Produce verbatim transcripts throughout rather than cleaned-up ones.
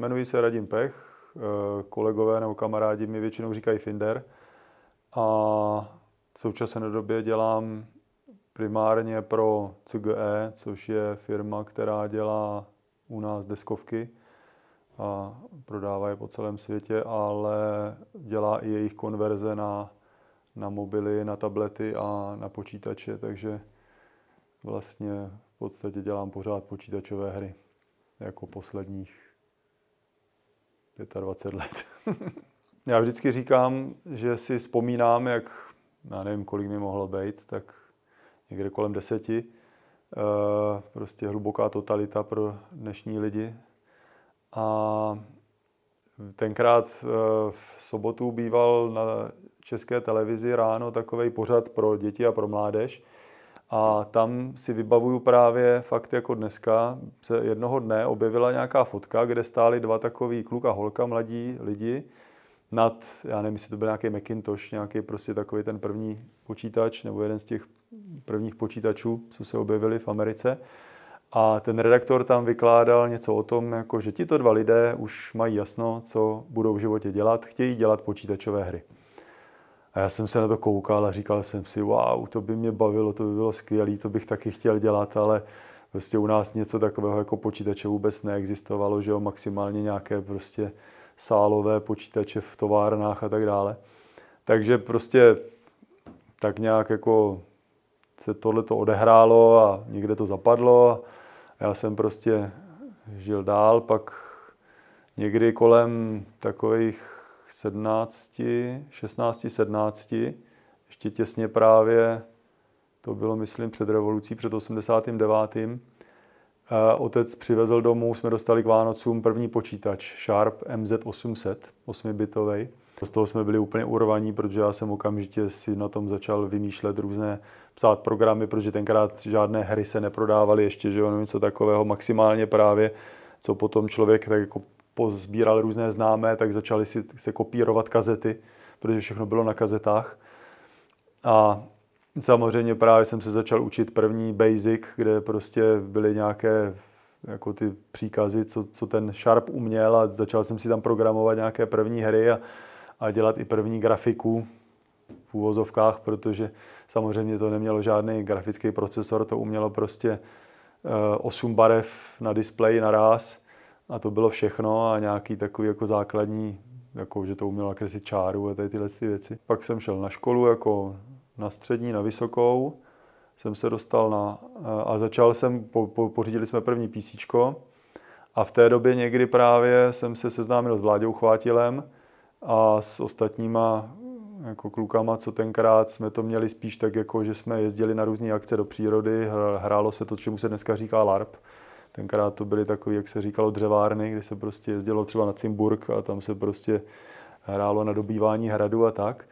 jmenuji se Radim Pech, kolegové nebo kamarádi mi většinou říkají Finder a v současné době dělám primárně pro C G E, což je firma, která dělá u nás deskovky a prodává je po celém světě, ale dělá i jejich konverze na, na mobily, na tablety a na počítače, takže vlastně v podstatě dělám pořád počítačové hry, jako posledních dvacet pět let. Já vždycky říkám, že si vzpomínám, jak, já nevím, kolik mi mohlo být, tak někde kolem deseti. Prostě hluboká totalita pro dnešní lidi. A tenkrát v sobotu býval na České televizi ráno takovej pořad pro děti a pro mládež. A tam si vybavuju právě fakt jako dneska, se jednoho dne objevila nějaká fotka, kde stáli dva takový kluk a holka, mladí lidi, nad, já nevím, jestli to byl nějaký Macintosh, nějaký prostě takový ten první počítač, nebo jeden z těch prvních počítačů, co se objevili v Americe. A ten redaktor tam vykládal něco o tom, jako, že tito dva lidé už mají jasno, co budou v životě dělat, chtějí dělat počítačové hry. A já jsem se na to koukal a říkal jsem si, wow, to by mě bavilo, to by bylo skvělé, to bych taky chtěl dělat, ale prostě u nás něco takového jako počítače vůbec neexistovalo, že jo, maximálně nějaké prostě sálové počítače v továrnách a tak dále. Takže prostě tak nějak jako se tohleto odehrálo a někde to zapadlo a já jsem prostě žil dál, pak někdy kolem takových sedmnácti, šestnácti, sedmnácti, ještě těsně právě, to bylo myslím před revolucí, před osmdesátým devátým Otec přivezl domů, jsme dostali k Vánocům první počítač Sharp M Z osm set, osmibitovej. Z toho jsme byli úplně urvaní, protože já jsem okamžitě si na tom začal vymýšlet různé, psát programy, protože tenkrát žádné hry se neprodávaly ještě, že ono něco takového, maximálně právě, co potom člověk tak jako pozbíral různé známé, tak začali si se kopírovat kazety, protože všechno bylo na kazetách. A samozřejmě právě jsem se začal učit první Basic, kde prostě byly nějaké jako ty příkazy, co, co ten Sharp uměl a začal jsem si tam programovat nějaké první hry a, a dělat i první grafiku v úvozovkách, protože samozřejmě to nemělo žádný grafický procesor, to umělo prostě osm barev na displeji naraz a to bylo všechno a nějaký takový jako základní, jako že to umělo nakreslit čáru a tady tyhle ty věci. Pak jsem šel na školu jako na střední, na vysokou, jsem se dostal na, a začal jsem, po, po, pořídili jsme první PCčko a v té době někdy právě jsem se seznámil s Vláďou Chvátilem a s ostatníma jako klukama, co tenkrát jsme to měli spíš tak, jako, že jsme jezdili na různé akce do přírody, hrálo se to, čemu se dneska říká LARP. Tenkrát to byly takový, jak se říkalo, dřevárny, kde se prostě jezdilo třeba na Cimburg a tam se prostě hrálo na dobývání hradu a tak.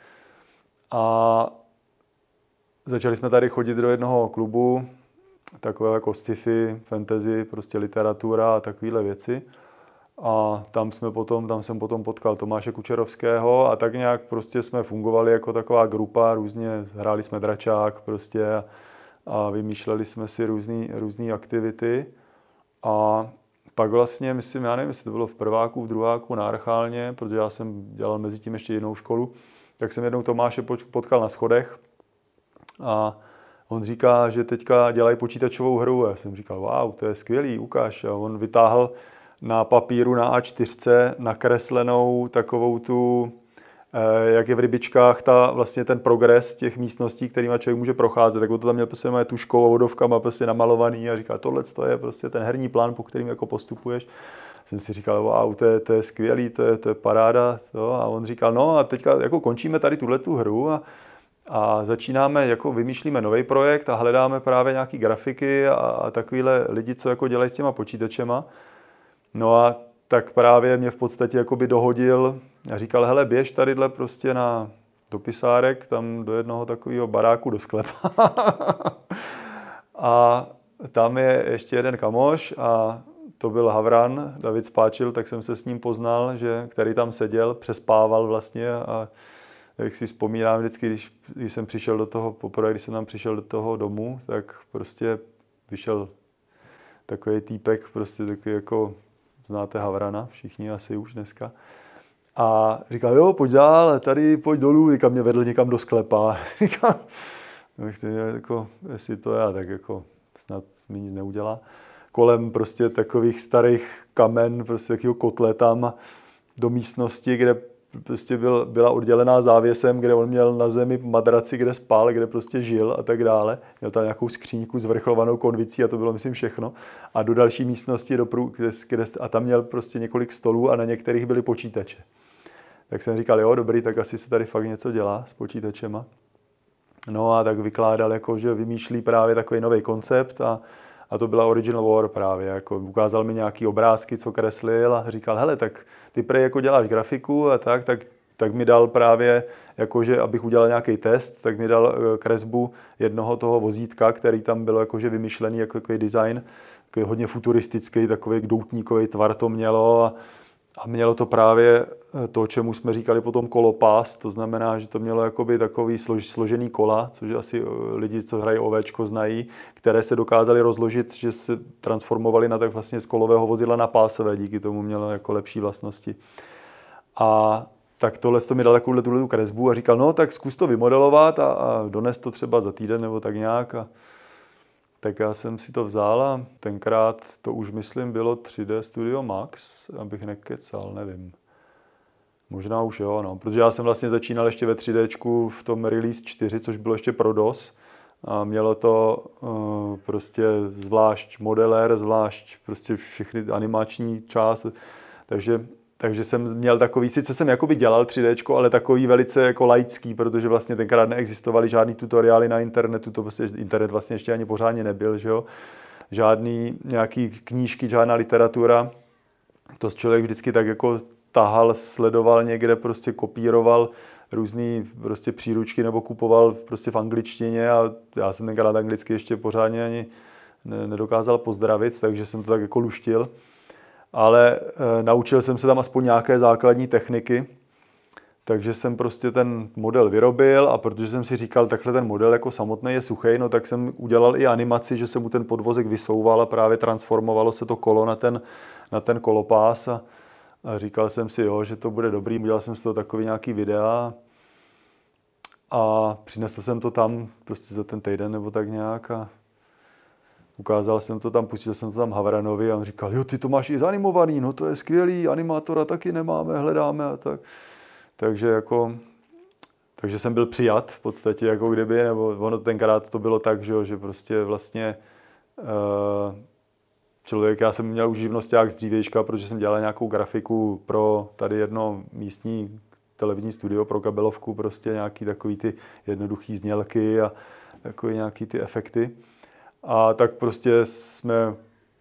A začali jsme tady chodit do jednoho klubu, takové jako sci-fi, fantasy, prostě literatura a takovéhle věci. A tam jsme potom, tam jsem potom potkal Tomáše Kučerovského a tak nějak prostě jsme fungovali jako taková grupa, různě hráli jsme dračák prostě a, a vymýšleli jsme si různý, různý aktivity. A pak vlastně, myslím, já nevím, jestli to bylo v prváku, v druháku na Archálně, protože já jsem dělal mezi tím ještě jinou školu, tak jsem jednou Tomáše potkal na schodech a on říká, že teďka dělají počítačovou hru. A já jsem říkal, wow, to je skvělý, ukáž. A on vytáhl na papíru na A čtyři nakreslenou takovou tu, jak je v rybičkách, ta, vlastně ten progres těch místností, kterýma člověk může procházet. Tak on to tam měl prostě moje tuškou a vodovkama prostě namalovaný a říkal, tohle je prostě ten herní plán, po kterým jako postupuješ. Jsem si říkal, wow, to je, to je skvělý, to je, to je paráda. To. A on říkal, no a teďka jako končíme tady tuhletu hru a, a začínáme, jako vymýšlíme nový projekt a hledáme právě nějaký grafiky a, a takovýhle lidi, co jako dělají s těma počítačema. No a tak právě mě v podstatě jakoby dohodil a říkal, hele, běž tadyhle prostě na dopisárek, tam do jednoho takového baráku do sklepa. A tam je ještě jeden kamoš a to byl Havran, David Spáčil, tak jsem se s ním poznal, že, který tam seděl, přespával vlastně a jak si vzpomínám vždycky, když, když jsem přišel do toho, poprvé, když jsem tam přišel do toho domu, tak prostě vyšel takový týpek, prostě takový jako znáte Havrana, všichni asi už dneska. A říkal, jo, pojď dál, tady pojď dolů, říkal, mě vedl někam do sklepa. Říkal, jako, jestli to já, tak jako snad mi nic neudělá. Kolem prostě takových starých kamen, prostě takového kotle tam do místnosti, kde prostě byl, byla oddělená závěsem, kde on měl na zemi madraci, kde spal, kde prostě žil a tak dále. Měl tam nějakou skříňku s vrcholovanou konvicí a to bylo, myslím, všechno. A do další místnosti, do prů, kde, kde, a tam měl prostě několik stolů a na některých byly počítače. Tak jsem říkal, jo, dobrý, tak asi se tady fakt něco dělá s počítačema. No a tak vykládal, jako, že vymýšlí právě takový nový koncept a, a to byla Original War právě. Jako ukázal mi nějaký obrázky, co kreslil a říkal, hele, tak ty prej jako děláš grafiku a tak, tak, tak mi dal právě, jakože, abych udělal nějaký test, tak mi dal kresbu jednoho toho vozítka, který tam byl jakože vymyšlený jako takový design, takový hodně futuristický, takový doutníkový tvar to mělo a, a mělo to právě to, čemu jsme říkali potom kolopás, to znamená, že to mělo jakoby takový slož, složený kola, což asi lidi, co hrají ovéčko, znají, které se dokázaly rozložit, že se transformovaly na tak vlastně z kolového vozidla na pásové, díky tomu mělo jako lepší vlastnosti. A tak tohle to mi dal takovou tu kresbu a říkal, no tak zkus to vymodelovat a, a dones to třeba za týden nebo tak nějak. A tak já jsem si to vzal a tenkrát to už myslím bylo tři dé Studio Max, abych nekecal, nevím. Možná už jo, no, protože já jsem vlastně začínal ještě ve tři déčku v tom Release čtyři, což bylo ještě pro DOS. A mělo to uh, prostě zvlášť modeler, zvlášť prostě všechny animační část, takže, takže jsem měl takový, sice jsem jakoby dělal tři déčko, ale takový velice jako laický, protože vlastně tenkrát neexistovaly žádný tutoriály na internetu, to prostě internet vlastně ještě ani pořádně nebyl, že jo. Žádný nějaký knížky, žádná literatura, to člověk vždycky tak jako tahal, sledoval někde, prostě kopíroval různý prostě příručky nebo kupoval prostě v angličtině a já jsem tenkrát anglicky ještě pořádně ani nedokázal pozdravit, takže jsem to tak jako luštil. Ale e, naučil jsem se tam aspoň nějaké základní techniky, takže jsem prostě ten model vyrobil a protože jsem si říkal, takhle ten model jako samotný je suchý, no tak jsem udělal i animaci, že se mu ten podvozek vysouval a právě transformovalo se to kolo na ten, na ten kolopás a A říkal jsem si, jo, že to bude dobrý, udělal jsem z toho takový nějaký videa a přinesl jsem to tam prostě za ten týden nebo tak nějak a ukázal jsem to tam, pustil jsem to tam Havranovi a on říkal, jo, ty to máš i zanimovaný, no to je skvělý, animátora taky nemáme, hledáme a tak. Takže jako, takže jsem byl přijat v podstatě, jako kdyby, nebo ono tenkrát to bylo tak, že, že prostě vlastně uh, člověk, já jsem měl už živnosťák z dřívějška, protože jsem dělal nějakou grafiku pro tady jedno místní televizní studio pro kabelovku, prostě nějaký takový ty jednoduchý znělky a takový nějaký ty efekty. A tak prostě jsme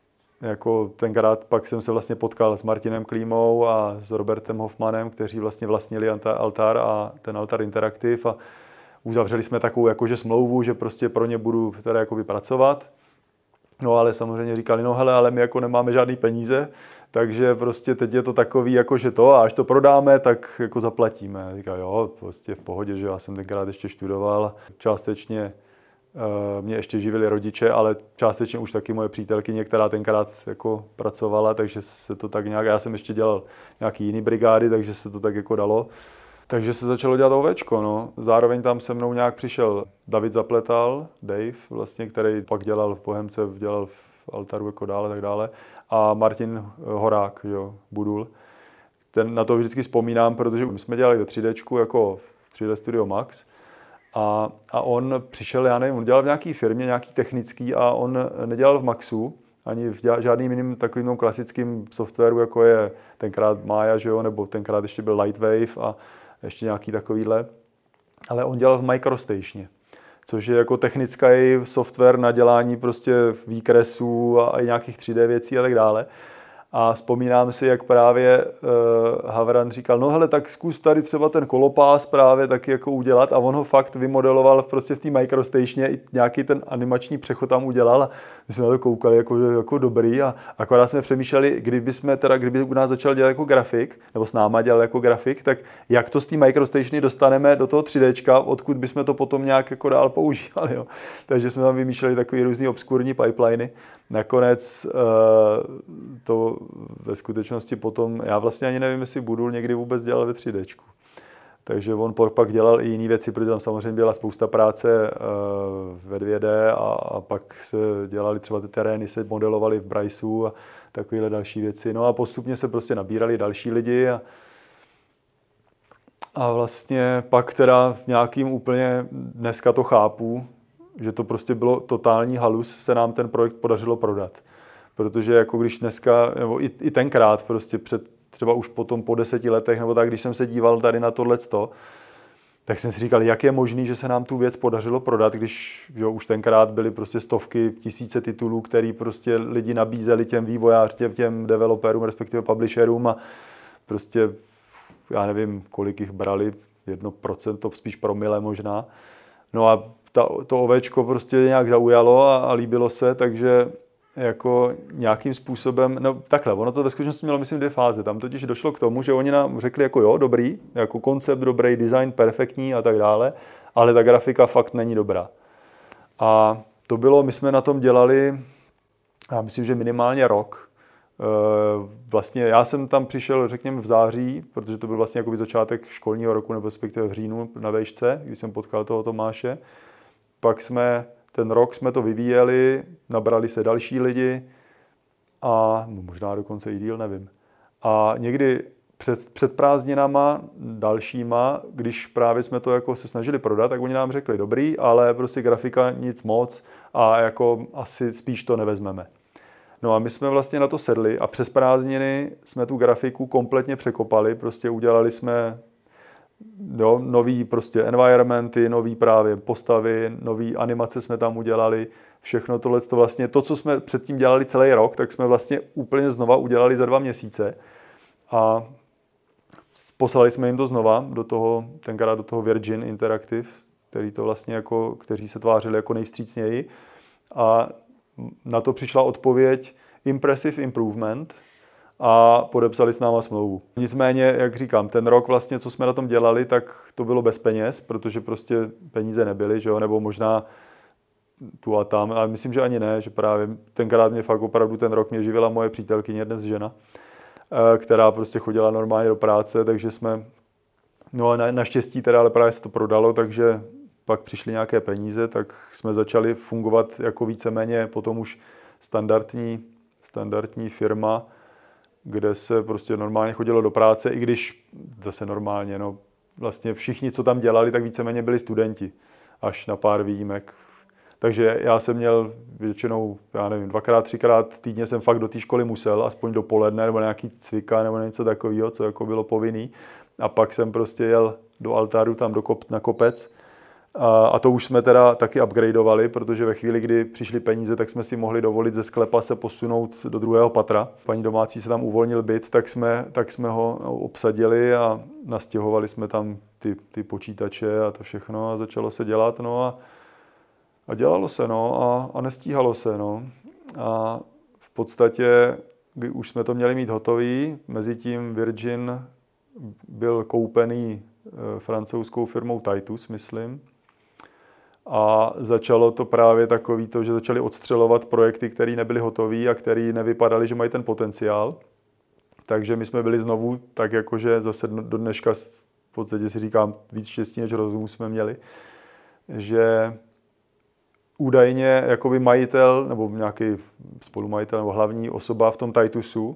jako tenkrát pak jsem se vlastně potkal s Martinem Klímou a s Robertem Hoffmanem, kteří vlastně vlastnili Altar a ten Altar Interactive a uzavřeli jsme takovou jakože smlouvu, že prostě pro ně budu teda jakoby pracovat. No ale samozřejmě říkali, no hele, ale my jako nemáme žádný peníze, takže prostě teď je to takový, jako že to, a až to prodáme, tak jako zaplatíme. Říkal, jo, prostě v pohodě, že já jsem tenkrát ještě študoval, částečně uh, mě ještě živili rodiče, ale částečně už taky moje přítelkyně, která tenkrát jako pracovala, takže se to tak nějak, já jsem ještě dělal nějaký jiný brigády, takže se to tak jako dalo. Takže se začalo dělat ovečko, no. Zároveň tam se mnou nějak přišel David Zapletal, Dave, vlastně, který pak dělal v Bohemce, dělal v Altaru jako dále, tak dále. A Martin Horák, jo, Budul. Ten, na to vždycky vzpomínám, protože my jsme dělali ve tři déčku jako v tři dé Studio Max. A, a on přišel, já nevím, on dělal v nějaké firmě, nějaký technický a on nedělal v Maxu, ani v žádným jiným takovým klasickým softwaru, jako je tenkrát Maya, že jo, nebo tenkrát ještě byl Lightwave a ještě nějaký takovýhle, ale on dělal v MicroStation, což je jako technický software na dělání prostě výkresů a i nějakých tři dé věcí a tak dále. A vzpomínám si, jak právě uh, Havran říkal, no hele, tak zkus tady třeba ten kolopás právě taky jako udělat a on ho fakt vymodeloval prostě v té MicroStationě, i nějaký ten animační přechod tam udělal a my jsme na to koukali jako, jako dobrý a akorát jsme přemýšleli, kdyby jsme teda, kdyby u nás začal dělat jako grafik, nebo s náma dělal jako grafik, tak jak to z té MicroStationy dostaneme do toho tři déčka, odkud bychom to potom nějak jako dál používali, jo. Takže jsme tam vymýšleli takový různý obskurní pipeliny. nakonec to ve skutečnosti potom, já vlastně ani nevím, jestli budu někdy vůbec dělal ve tři déčku. Takže on pak dělal i jiné věci, protože tam samozřejmě byla spousta práce ve dvě dé a, a pak se dělali třeba ty terény, se modelovali v Briceu a takovéhle další věci. No a postupně se prostě nabírali další lidi a, a vlastně pak teda nějakým úplně, dneska to chápu, že to prostě bylo totální halus, se nám ten projekt podařilo prodat. Protože jako když dneska, nebo i, i tenkrát prostě před třeba už potom po deseti letech, nebo tak, když jsem se díval tady na tohleto, tak jsem si říkal, jak je možný, že se nám tu věc podařilo prodat, když že už tenkrát byly prostě stovky, tisíce titulů, který prostě lidi nabízeli těm vývojářům, těm developerům, respektive publisherům a prostě, já nevím, kolik jich brali, jedno procento, spíš promile možná. No a ta, to ovečko prostě nějak zaujalo a, a líbilo se, takže jako nějakým způsobem, no takhle, ono to ve skutečnosti mělo, myslím, dvě fáze. Tam totiž došlo k tomu, že oni nám řekli jako jo, dobrý, jako koncept dobrý, design perfektní a tak dále, ale ta grafika fakt není dobrá. A to bylo, my jsme na tom dělali, já myslím, že minimálně rok. Vlastně já jsem tam přišel, řekněme, v září, protože to byl vlastně jakoby začátek školního roku, nebo respektive v říjnu na vejšce, když jsem potkal toho Tomáše. Pak jsme ten rok jsme to vyvíjeli, nabrali se další lidi a možná dokonce i díl, nevím. A někdy před, před prázdninama dalšíma, když právě jsme to jako se snažili prodat, tak oni nám řekli dobrý, ale prostě grafika nic moc a jako asi spíš to nevezmeme. No a my jsme vlastně na to sedli a přes prázdniny jsme tu grafiku kompletně překopali, prostě udělali jsme jo, nový prostě environmenty, nový právě postavy, nový animace jsme tam udělali, všechno tohle, to vlastně to, co jsme předtím dělali celý rok, tak jsme vlastně úplně znova udělali za dva měsíce a poslali jsme jim to znova do toho, tenkrát do toho Virgin Interactive, který to vlastně jako, kteří se tvářili jako nejvstřícněji a na to přišla odpověď Impressive Improvement a podepsali s náma smlouvu. Nicméně, jak říkám, ten rok vlastně, co jsme na tom dělali, tak to bylo bez peněz, protože prostě peníze nebyly, že jo? Nebo možná tu a tam, ale myslím, že ani ne, že právě tenkrát mě fakt opravdu ten rok mě živila moje přítelkyně, dnes žena, která prostě chodila normálně do práce, takže jsme, no a na, naštěstí teda, ale právě se to prodalo, takže pak přišly nějaké peníze, tak jsme začali fungovat jako víceméně potom už standardní, standardní firma, kde se prostě normálně chodilo do práce, i když zase normálně, no vlastně všichni, co tam dělali, tak víceméně byli studenti, až na pár výjimek. Takže já jsem měl většinou, já nevím, dvakrát, třikrát týdně jsem fakt do té školy musel, aspoň dopoledne, nebo nějaký cvika, nebo něco takového, co jako bylo povinný. A pak jsem prostě jel do altáru, tam do kop, na kopec. A, a to už jsme teda taky upgradeovali, protože ve chvíli, kdy přišly peníze, tak jsme si mohli dovolit ze sklepa se posunout do druhého patra. Paní domácí se tam uvolnil byt, tak jsme, tak jsme ho obsadili a nastěhovali jsme tam ty, ty počítače a to všechno a začalo se dělat. No a, a dělalo se, no, a, a nestíhalo se, no. A v podstatě, kdy už jsme to měli mít hotový, mezitím Virgin byl koupený e, francouzskou firmou Titus, myslím. A začalo to právě takový to, že začali odstřelovat projekty, které nebyly hotové a které nevypadaly, že mají ten potenciál. Takže my jsme byli znovu tak jakože zase do dneška v podstatě si říkám víc štěstí než rozumu jsme měli, že údajně jakoby majitel nebo nějaký spolumajitel nebo hlavní osoba v tom Titusu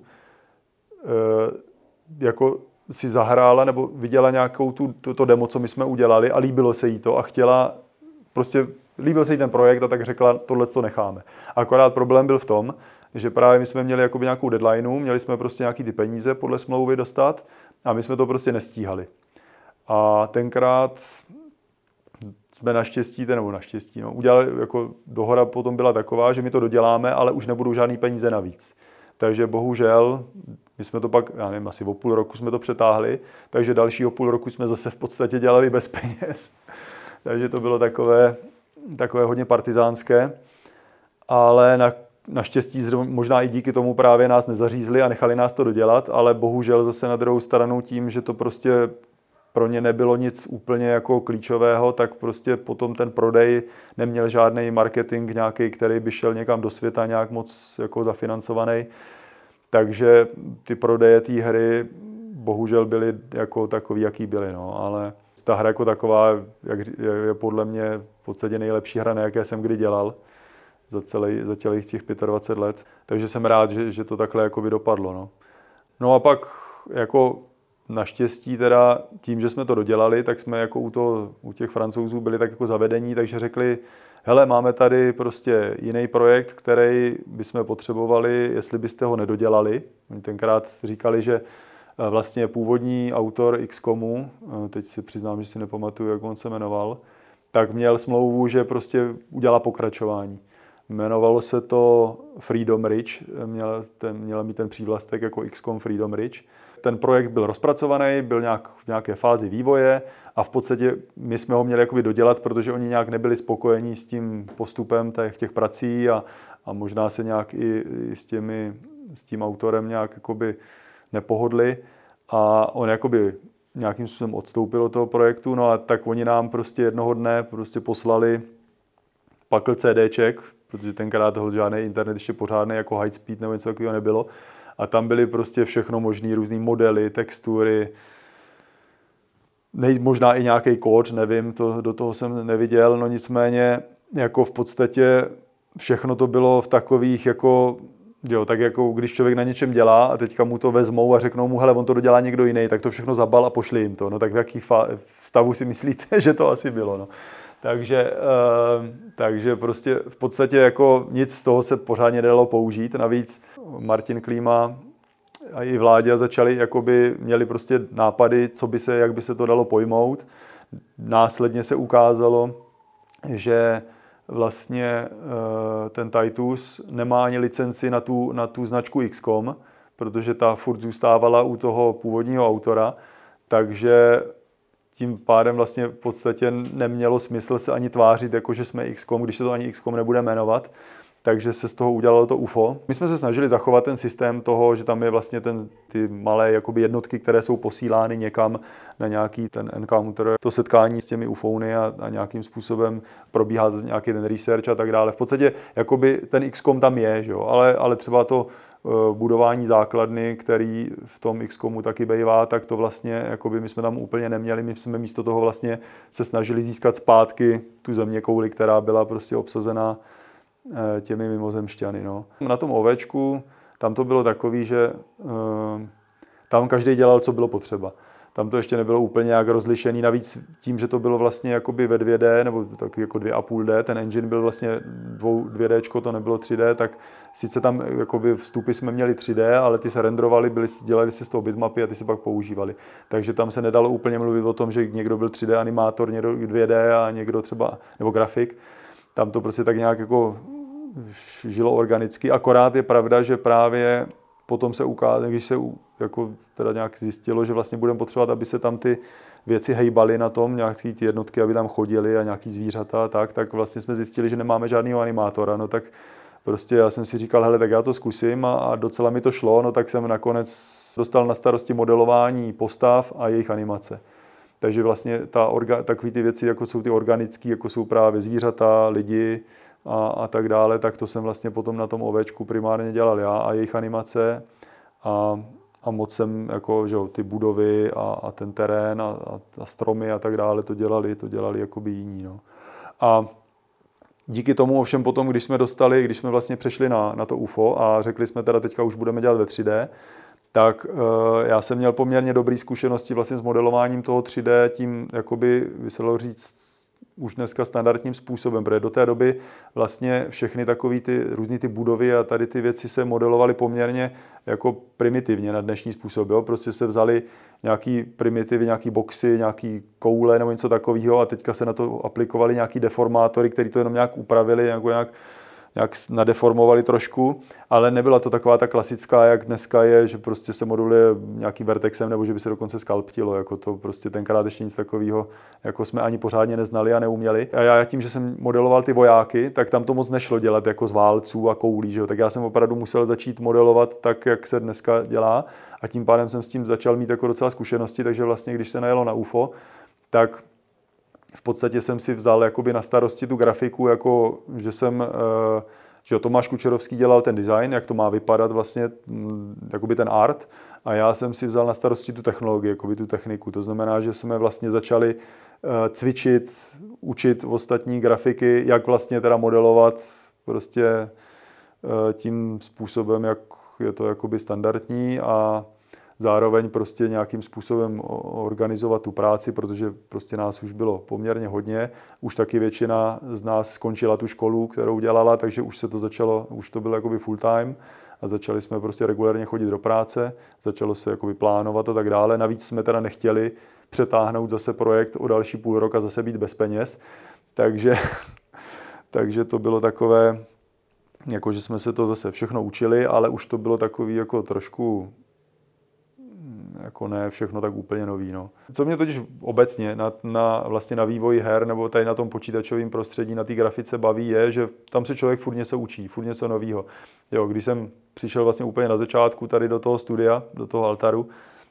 jako si zahrála nebo viděla nějakou tu, to, to demo, co my jsme udělali a líbilo se jí to a chtěla, prostě líbil se jí ten projekt a tak řekla, tohle to necháme. Akorát problém byl v tom, že právě my jsme měli jakoby nějakou deadlineu, měli jsme prostě nějaký ty peníze podle smlouvy dostat a my jsme to prostě nestíhali. A tenkrát jsme naštěstí, nebo naštěstí, no, udělali, jako dohoda potom byla taková, že my to doděláme, ale už nebudou žádný peníze navíc. Takže bohužel, my jsme to pak, já nevím, asi o půl roku jsme to přetáhli, takže dalšího půl roku jsme zase v podstatě dělali bez peněz. Takže to bylo takové, takové hodně partizánské, ale na, naštěstí možná i díky tomu právě nás nezařízli a nechali nás to dodělat, ale bohužel zase na druhou stranu tím, že to prostě pro ně nebylo nic úplně jako klíčového, tak prostě potom ten prodej neměl žádný marketing nějaký, který by šel někam do světa nějak moc jako zafinancovaný. Takže ty prodeje té hry bohužel byly jako takový, jaký byly, no, ale ta hra jako taková jak je podle mě v podstatě nejlepší hra, na jaké jsem kdy dělal za, celý, za celých těch dvacet pět let. Takže jsem rád, že, že to takhle jako by dopadlo, no. No a pak jako naštěstí teda tím, že jsme to dodělali, tak jsme jako u, toho, u těch Francouzů byli tak jako zavedení, takže řekli, hele, máme tady prostě jiný projekt, který bychom potřebovali, jestli byste ho nedodělali. Oni tenkrát říkali, že vlastně původní autor X COMu, teď si přiznám, že si nepamatuju, jak on se jmenoval, tak měl smlouvu, že prostě udělá pokračování. Jmenovalo se to Freedom Ridge, měl, ten, měl mít ten přívlastek jako X COM Freedom Ridge. Ten projekt byl rozpracovaný, byl nějak, v nějaké fázi vývoje a v podstatě my jsme ho měli jakoby dodělat, protože oni nějak nebyli spokojení s tím postupem těch, těch prací a, a možná se nějak i, i s, těmi, s tím autorem nějak jakoby nepohodli a on jakoby nějakým způsobem odstoupil od toho projektu, no a tak oni nám prostě jednoho dne prostě poslali pakl CDček, protože tenkrát tohle žádný internet ještě pořádný jako high speed nebo něco takového nebylo. A tam byly prostě všechno možný, různý modely, textury, nej, možná i nějaký kód, nevím, to, do toho jsem neviděl, no nicméně jako v podstatě všechno to bylo v takových jako, jo, tak jako když člověk na něčem dělá a teďka mu to vezmou a řeknou mu, hele, on to dodělá někdo jiný, tak to všechno zabal a pošli jim to, no tak v jaký fa- stavu si myslíte, že to asi bylo, no. Takže, takže prostě v podstatě jako nic z toho se pořádně nedalo použít. Navíc Martin Klíma a i Vláďa začali, jakoby měli prostě nápady, co by se, jak by se to dalo pojmout. Následně se ukázalo, že vlastně ten Titus nemá ani licenci na tu, na tu značku X COM, protože ta furt zůstávala u toho původního autora, takže tím pádem vlastně v podstatě nemělo smysl se ani tvářit, jako že jsme X COM, když se to ani X COM nebude jmenovat. Takže se z toho udělalo to U F O. My jsme se snažili zachovat ten systém toho, že tam je vlastně ten, ty malé jakoby jednotky, které jsou posílány někam na nějaký ten encounter, to setkání s těmi UFOny a, a nějakým způsobem probíhá nějaký ten research a tak dále. V podstatě jakoby ten X COM tam je, že jo? Ale, ale třeba to budování základny, který v tom X COMu taky bývá, tak to vlastně jakoby my jsme tam úplně neměli. My jsme místo toho vlastně se snažili získat zpátky tu zeměkouli, která byla prostě obsazená těmi mimozemšťany. No. Na tom ovečku tam to bylo takový, že uh, tam každý dělal, co bylo potřeba. Tam to ještě nebylo úplně jak rozlišený, navíc tím, že to bylo vlastně jakoby ve dvě dé, nebo taky jako dvě a půl dé, ten engine byl vlastně dvě déčko, to nebylo tři dé, tak sice tam jakoby vstupy jsme měli tři dé, ale ty se renderovaly, byly, dělali se z toho bitmapy a ty se pak používali. Takže tam se nedalo úplně mluvit o tom, že někdo byl tři dé animátor, někdo dvě dé a někdo třeba, nebo grafik. Tam to prostě tak nějak jako žilo organicky, akorát je pravda, že právě potom se ukázalo, když se jako teda nějak zjistilo, že vlastně budeme potřebovat, aby se tam ty věci hejbaly na tom, nějaký ty jednotky, aby tam chodily a nějaký zvířata a tak, tak vlastně jsme zjistili, že nemáme žádného animátora, no tak prostě já jsem si říkal, hele, tak já to zkusím a, a docela mi to šlo, no tak jsem nakonec dostal na starosti modelování postav a jejich animace. Takže vlastně ta orga, takový ty věci, jako jsou ty organické, jako jsou právě zvířata, lidi, A, a tak dále, tak to jsem vlastně potom na tom ovečku primárně dělal já a jejich animace a, a moc jsem jako, že, ty budovy a, a ten terén a, a, a stromy a tak dále to dělali, to dělali jakoby jiní. No. A díky tomu ovšem potom, když jsme dostali, když jsme vlastně přešli na, na to U F O a řekli jsme teda teďka už budeme dělat ve tři dé, tak uh, já jsem měl poměrně dobré zkušenosti vlastně s modelováním toho tři dé, tím jakoby, by se dalo říct, už dneska standardním způsobem, protože do té doby vlastně všechny takové ty různé ty budovy a tady ty věci se modelovaly poměrně jako primitivně na dnešní způsob. Jo? Prostě se vzali nějaký primitivy, nějaký boxy, nějaký koule nebo něco takového a teďka se na to aplikovaly nějaký deformátory, které to jenom nějak upravili, jako nějak nějak nadeformovali trošku, ale nebyla to taková ta klasická, jak dneska je, že prostě se modeluje nějakým vertexem, nebo že by se dokonce skalptilo, jako to prostě tenkrát ještě nic takového, jako jsme ani pořádně neznali a neuměli. A já tím, že jsem modeloval ty vojáky, tak tam to moc nešlo dělat jako z válců a koulí, že jo? Tak já jsem opravdu musel začít modelovat tak, jak se dneska dělá, a tím pádem jsem s tím začal mít jako docela zkušenosti, takže vlastně, když se najelo na U F O, tak v podstatě jsem si vzal jakoby na starosti tu grafiku, jako že jsem, že Tomáš Kučerovský dělal ten design, jak to má vypadat vlastně, jakoby ten art, a já jsem si vzal na starosti tu technologii, jakoby tu techniku. To znamená, že jsme vlastně začali cvičit, učit ostatní grafiky, jak vlastně teda modelovat prostě tím způsobem, jak je to jakoby standardní, a zároveň prostě nějakým způsobem organizovat tu práci, protože prostě nás už bylo poměrně hodně. Už taky většina z nás skončila tu školu, kterou dělala, takže už se to začalo, už to bylo jakoby full time a začali jsme prostě regulérně chodit do práce, začalo se jakoby plánovat a tak dále. Navíc jsme teda nechtěli přetáhnout zase projekt o další půl rok a zase být bez peněz, takže, takže to bylo takové, jako že jsme se to zase všechno učili, ale už to bylo takový jako trošku, jako ne všechno tak úplně nový. No. Co mě totiž obecně na, na, vlastně na vývoji her nebo tady na tom počítačovém prostředí, na té grafice baví, je, že tam se člověk furt něco učí, furt něco novýho. Jo, když jsem přišel vlastně úplně na začátku tady do toho studia, do toho Altaru,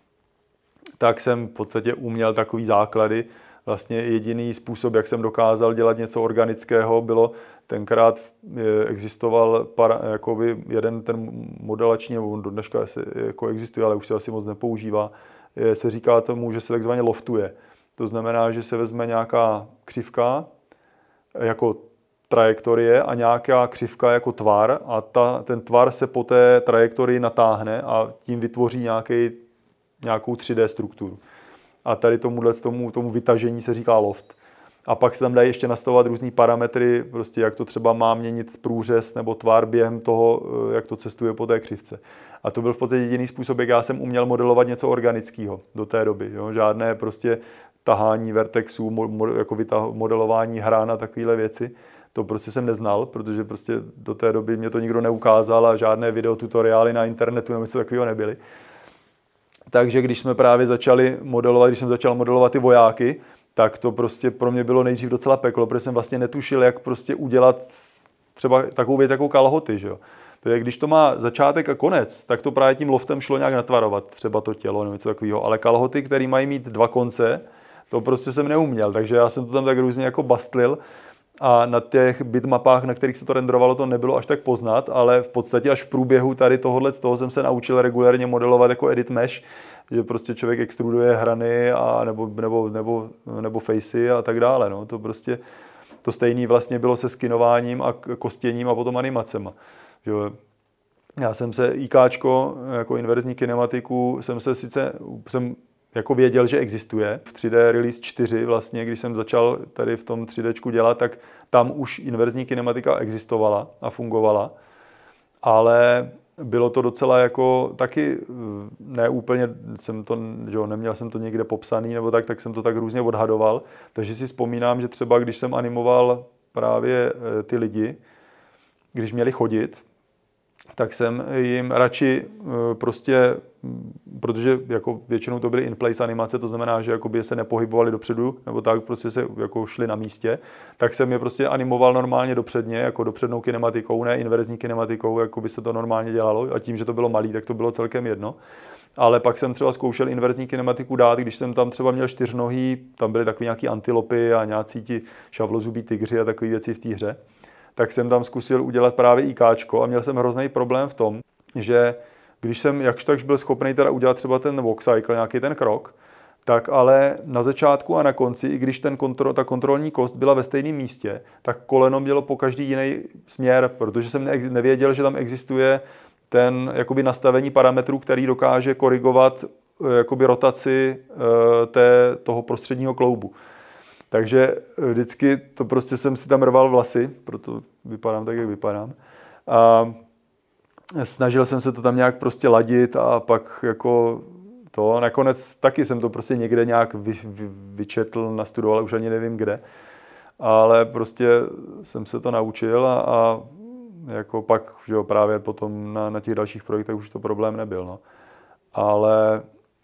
tak jsem v podstatě uměl takový základy. Vlastně jediný způsob, jak jsem dokázal dělat něco organického, bylo tenkrát existoval para, jakoby jeden ten modelační, nebo do dneška jako existuje, ale už se asi moc nepoužívá, je, se říká tomu, že se takzvaně loftuje. To znamená, že se vezme nějaká křivka jako trajektorie a nějaká křivka jako tvar a ta, ten tvar se po té trajektorii natáhne a tím vytvoří nějaký, nějakou tři dé strukturu. A tady tomuhle, tomu, tomu vytažení se říká loft. A pak se tam dají ještě nastavovat různý parametry, prostě jak to třeba má měnit průřez nebo tvar během toho, jak to cestuje po té křivce. A to byl v podstatě jediný způsob, jak já jsem uměl modelovat něco organického do té doby. Jo? Žádné prostě tahání vertexů, mo, jako vytah, modelování hran a takovéhle věci. To prostě jsem neznal, protože prostě do té doby mě to nikdo neukázal a žádné videotutoriály na internetu nebo něco takového nebyly. Takže když jsme právě začali modelovat, když jsem začal modelovat ty vojáky, tak to prostě pro mě bylo nejdřív docela peklo, protože jsem vlastně netušil, jak prostě udělat třeba takovou věc jako kalhoty, že jo. Protože když to má začátek a konec, tak to právě tím loftem šlo nějak natvarovat, třeba to tělo nebo něco takového, ale kalhoty, které mají mít dva konce, to prostě jsem neuměl, takže já jsem to tam tak různě jako bastlil a na těch bitmapách, na kterých se to renderovalo, to nebylo až tak poznat, ale v podstatě až v průběhu tady tohohle z toho jsem se naučil regulérně modelovat jako edit mesh, že prostě člověk extruduje hrany a nebo, nebo, nebo, nebo facey a tak dále. No. To prostě to stejné vlastně bylo se skinováním a kostěním a potom animacema. Že já jsem se IKčko, jako inverzní kinematiku, jsem se sice jsem jako věděl, že existuje. V tři dé Release čtyři vlastně, když jsem začal tady v tom tři déčku dělat, tak tam už inverzní kinematika existovala a fungovala. Ale bylo to docela jako taky ne úplně, jsem to, že jo, neměl jsem to někde popsaný nebo tak, tak jsem to tak různě odhadoval. Takže si vzpomínám, že třeba když jsem animoval právě ty lidi, když měli chodit, tak jsem jim radši prostě, protože jako většinou to byly in-place animace, to znamená, že jakoby se nepohybovali dopředu, nebo tak prostě se jako šli na místě, tak jsem je prostě animoval normálně dopředně, jako dopřednou kinematikou, ne inverzní kinematikou, jako by se to normálně dělalo, a tím, že to bylo malý, tak to bylo celkem jedno. Ale pak jsem třeba zkoušel inverzní kinematiku dát, když jsem tam třeba měl čtyřnohý, tam byly takový nějaký antilopy a nějací ti šavlozubí tygři a takové věci v té hře, tak jsem tam zkusil udělat právě IKčko a měl jsem hrozný problém v tom, že když jsem jakž takž byl schopný teda udělat třeba ten walk cycle, nějaký ten krok, tak ale na začátku a na konci, i když ten kontrol, ta kontrolní kost byla ve stejném místě, tak koleno mělo po každý jiný směr, protože jsem nevěděl, že tam existuje ten jakoby nastavení parametrů, který dokáže korigovat jakoby rotaci té, toho prostředního kloubu. Takže vždycky to prostě jsem si tam rval vlasy, proto vypadám tak, jak vypadám. A snažil jsem se to tam nějak prostě ladit a pak jako to, nakonec taky jsem to prostě někde nějak vy, vy, vyčetl, nastudoval, už ani nevím kde. Ale prostě jsem se to naučil a, a jako pak, že jo, právě potom na, na těch dalších projektech už to problém nebyl, no. Ale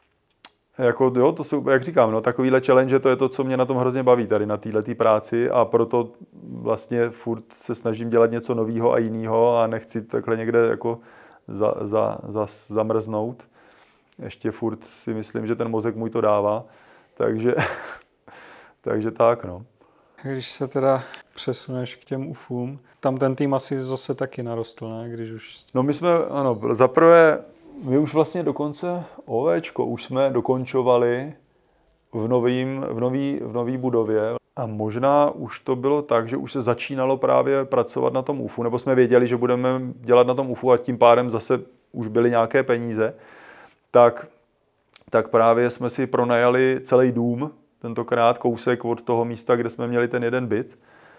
jako jo, to jsou, jak říkám, no, takovýhle challenge, to je to, co mě na tom hrozně baví tady na této práci a proto vlastně furt se snažím dělat něco nového a jiného a nechci takhle někde jako za, za, za, zamrznout. Ještě furt si myslím, že ten mozek můj to dává, takže, takže tak, no. Když se teda přesuneš k těm ufům, tam ten tým asi zase taky narostl, ne? Když už... No my jsme, ano, zaprvé, my už vlastně dokonce OVčko už jsme dokončovali v novým, v nový, v nový budově a možná už to bylo tak, že už se začínalo právě pracovat na tom úfu, nebo jsme věděli, že budeme dělat na tom úfu a tím pádem zase už byly nějaké peníze, tak, tak právě jsme si pronajali celý dům, tentokrát kousek od toho místa, kde jsme měli ten jeden byt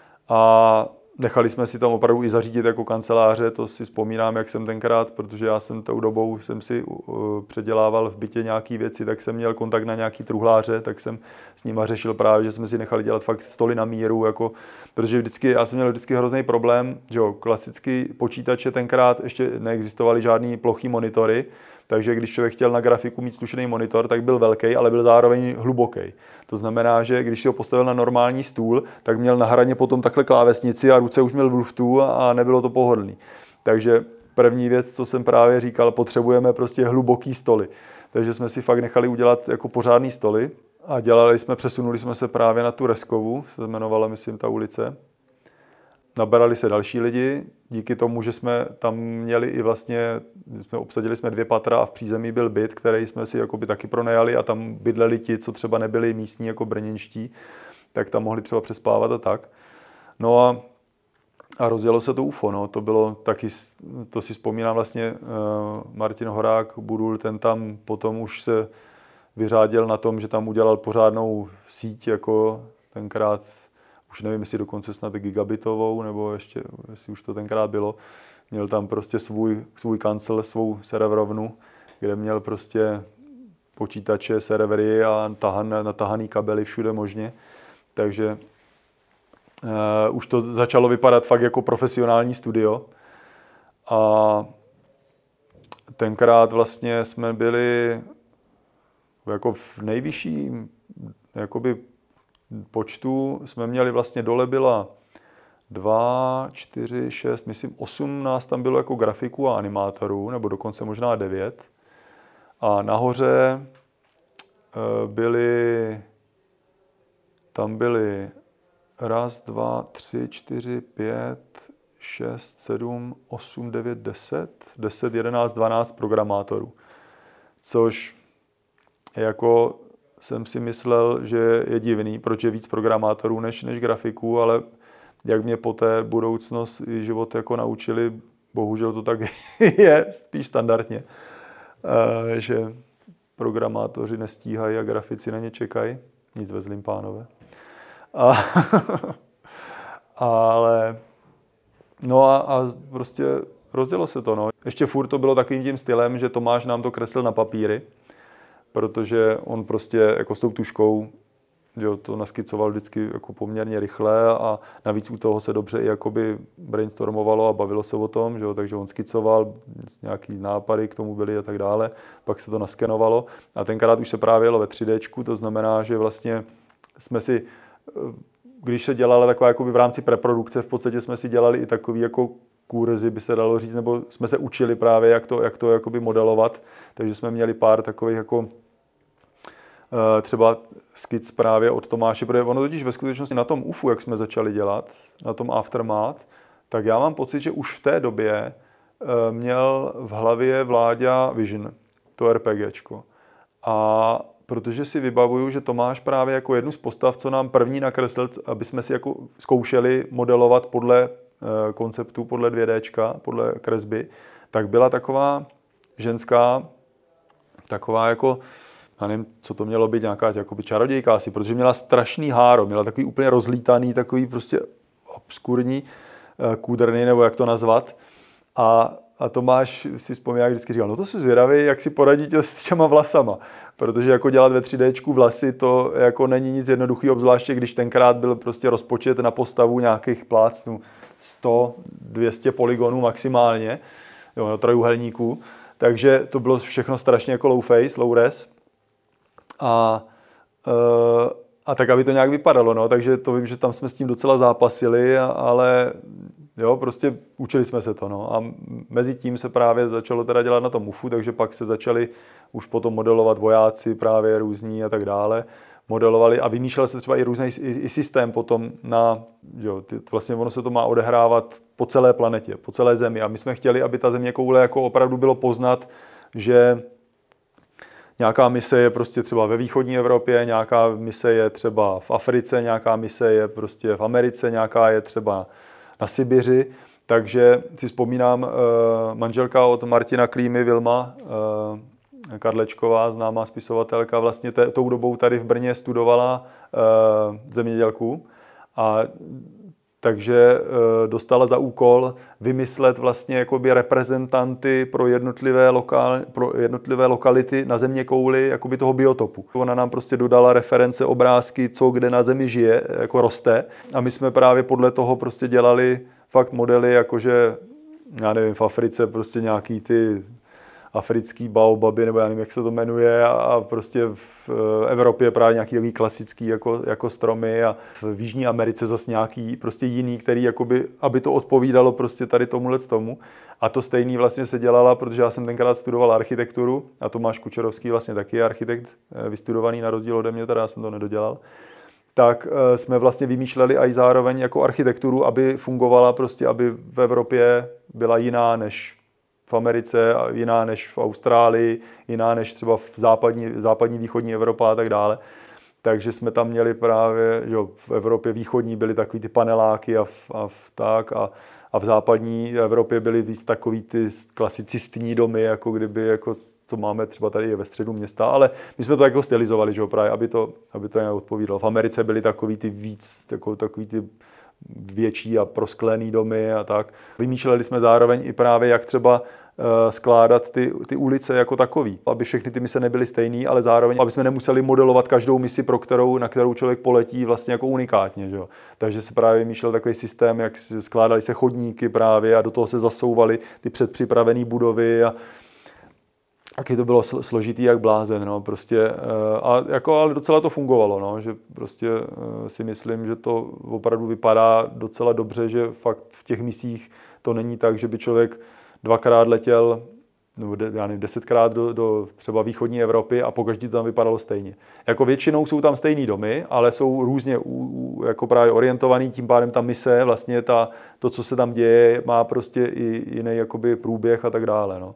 a nechali jsme si tam opravdu i zařídit jako kanceláře, to si vzpomínám, jak jsem tenkrát, protože já jsem tou dobou jsem si uh, předělával v bytě nějaký věci, tak jsem měl kontakt na nějaký truhláře, tak jsem s nima řešil právě, že jsme si nechali dělat fakt stoly na míru, jako, protože vždycky, já jsem měl vždycky hrozný problém, že jo, klasický počítače tenkrát ještě neexistovaly žádný plochý monitory, takže když člověk chtěl na grafiku mít slušný monitor, tak byl velký, ale byl zároveň hluboký. To znamená, že když si ho postavil na normální stůl, tak měl na hraně potom takhle klávesnici a ruce už měl v luftu a nebylo to pohodlný. Takže první věc, co jsem právě říkal, potřebujeme prostě hluboký stoly. Takže jsme si fakt nechali udělat jako pořádný stoly a dělali jsme, přesunuli jsme se právě na tu Reskovu, se jmenovala, myslím, ta ulice. Naberali se další lidi, díky tomu, že jsme tam měli i vlastně, jsme obsadili jsme dvě patra a v přízemí byl byt, který jsme si jakoby taky pronajali a tam bydleli ti, co třeba nebyli místní jako brněnští, tak tam mohli třeba přespávat a tak. No a, a rozjelo se to UFO, no, to bylo taky, to si vzpomínám vlastně uh, Martin Horák, Budul, ten tam potom už se vyřádil na tom, že tam udělal pořádnou síť, jako tenkrát, už nevím, jestli dokonce snad gigabitovou, nebo ještě, jestli už to tenkrát bylo. Měl tam prostě svůj, svůj kancel, svou serverovnu, kde měl prostě počítače, servery a tahan, natahaný kabely všude možně. Takže uh, už to začalo vypadat fakt jako profesionální studio. A tenkrát vlastně jsme byli jako v nejvyšším jakoby počtu jsme měli vlastně dole byla dva, čtyři, šest, myslím osm nás tam bylo jako grafiků a animátorů, nebo dokonce možná devět. A nahoře byli, tam byli raz, dva, tři, čtyři, pět, šest, sedm, osm, devět, deset, deset, jedenáct, dvanáct programátorů. Což jako jsem si myslel, že je divný, proč je víc programátorů než, než grafiků, ale jak mě poté budoucnost i život jako naučili, bohužel to tak je, spíš standardně, že programátoři nestíhají a grafici na ně čekají. Nic ve zlým, pánové. A, ale no a, a prostě rozdělo se to. No. Ještě furt to bylo takovým tím stylem, že Tomáš nám to kreslil na papíry, protože on prostě jako s tou tuškou, jo, to naskicoval vždycky jako poměrně rychle a navíc u toho se dobře i jakoby brainstormovalo a bavilo se o tom, že jo, takže on skicoval, nějaký nápady k tomu byly a tak dále, pak se to naskenovalo a tenkrát už se právě jelo ve tři déčku, to znamená, že vlastně jsme si, když se dělala taková jakoby v rámci preprodukce, v podstatě jsme si dělali i takový jako kurzy, by se dalo říct, nebo jsme se učili právě, jak to, jak to jakoby modelovat, takže jsme měli pár takových jako třeba skic právě od Tomáše, protože ono totiž ve skutečnosti na tom UFu, jak jsme začali dělat, na tom Aftermath, tak já mám pocit, že už v té době měl v hlavě Vláďa Vision, to RPGčko. A protože si vybavuju, že Tomáš právě jako jednu z postav, co nám první nakreslil, aby jsme si jako zkoušeli modelovat podle konceptu, podle dvě déčka, podle kresby, tak byla taková ženská, taková jako, já nevím, co to mělo být, nějaká jakoby čarodějka asi, protože měla strašný háro, měla takový úplně rozlítaný, takový prostě obskurní kůdrny, nebo jak to nazvat. A, a Tomáš si vzpomíná, vždycky říkal, no to jsou zvědavý, jak si poradíte s těma vlasama, protože jako dělat ve tři déčku vlasy, to jako není nic jednoduchého, obzvláště když tenkrát byl prostě rozpočet na postavu nějakých plácnů, sto dvě stě polygonů maximálně, jo, no, trojuhelníků. Takže to bylo všechno strašně jako low face, low res. A, e, a tak, aby to nějak vypadalo. No. Takže to vím, že tam jsme s tím docela zápasili, a, ale jo, prostě učili jsme se to. No. A mezi tím se právě začalo teda dělat na tom U F U, takže pak se začali už potom modelovat vojáci právě různí a tak dále. Modelovali a vymýšlel se třeba i různý i, i systém potom na, jo, ty, vlastně ono se to má odehrávat po celé planetě, po celé Zemi. A my jsme chtěli, aby ta země koule jako opravdu bylo poznat, že nějaká mise je prostě třeba ve východní Evropě, nějaká mise je třeba v Africe, nějaká mise je prostě v Americe, nějaká je třeba na Sibiři. Takže si vzpomínám, manželka od Martina Klímy, Vilma Karlečková, známá spisovatelka, vlastně té, tou dobou tady v Brně studovala e, zemědělku a takže e, dostala za úkol vymyslet vlastně jakoby reprezentanty pro jednotlivé, lokál, pro jednotlivé lokality na zeměkouli jakoby toho biotopu. Ona nám prostě dodala reference, obrázky, co kde na zemi žije, jako roste a my jsme právě podle toho prostě dělali fakt modely, jakože já nevím, v Africe prostě nějaký ty africký baobaby, nebo já nevím, jak se to jmenuje, a prostě v Evropě právě nějaký takový klasický jako, jako stromy a v Jižní Americe zase nějaký prostě jiný, který jakoby, aby to odpovídalo prostě tady tomuhle tomu. A to stejný vlastně se dělala, protože já jsem tenkrát studoval architekturu a Tomáš Kučerovský vlastně taky je architekt, vystudovaný na rozdíl ode mě, teda já jsem to nedodělal. Tak jsme vlastně vymýšleli i zároveň jako architekturu, aby fungovala prostě, aby v Evropě byla jiná než v Americe, jiná než v Austrálii, jiná než třeba v západní, západní východní Evropa a tak dále. Takže jsme tam měli právě, že v Evropě východní byly takový ty paneláky a, v, a v tak a, a v západní Evropě byly víc takový ty klasicistní domy, jako kdyby, jako co máme třeba tady ve středu města, ale my jsme to jako stylizovali, že právě, aby to, aby to nějak odpovídalo. V Americe byly takový ty víc, jako, takový ty větší a prosklený domy a tak. Vymýšleli jsme zároveň i právě, jak třeba skládat ty, ty ulice jako takový, aby všechny ty mise nebyly stejný, ale zároveň, aby jsme nemuseli modelovat každou misi, pro kterou, na kterou člověk poletí vlastně jako unikátně. Že jo? Takže se právě vymýšlel takový systém, jak skládaly se chodníky právě a do toho se zasouvaly ty předpřipravené budovy a taky to bylo složitý jak blázen, no, prostě, a jako, ale docela to fungovalo, no, že prostě si myslím, že to opravdu vypadá docela dobře, že fakt v těch misích to není tak, že by člověk dvakrát letěl, nebo já nevím, desetkrát do, do třeba východní Evropy a pokaždý to tam vypadalo stejně. Jako většinou jsou tam stejný domy, ale jsou různě u, u, jako právě orientovaný, tím pádem ta mise, vlastně ta, to, co se tam děje, má prostě i jiný jakoby průběh a tak dále, no.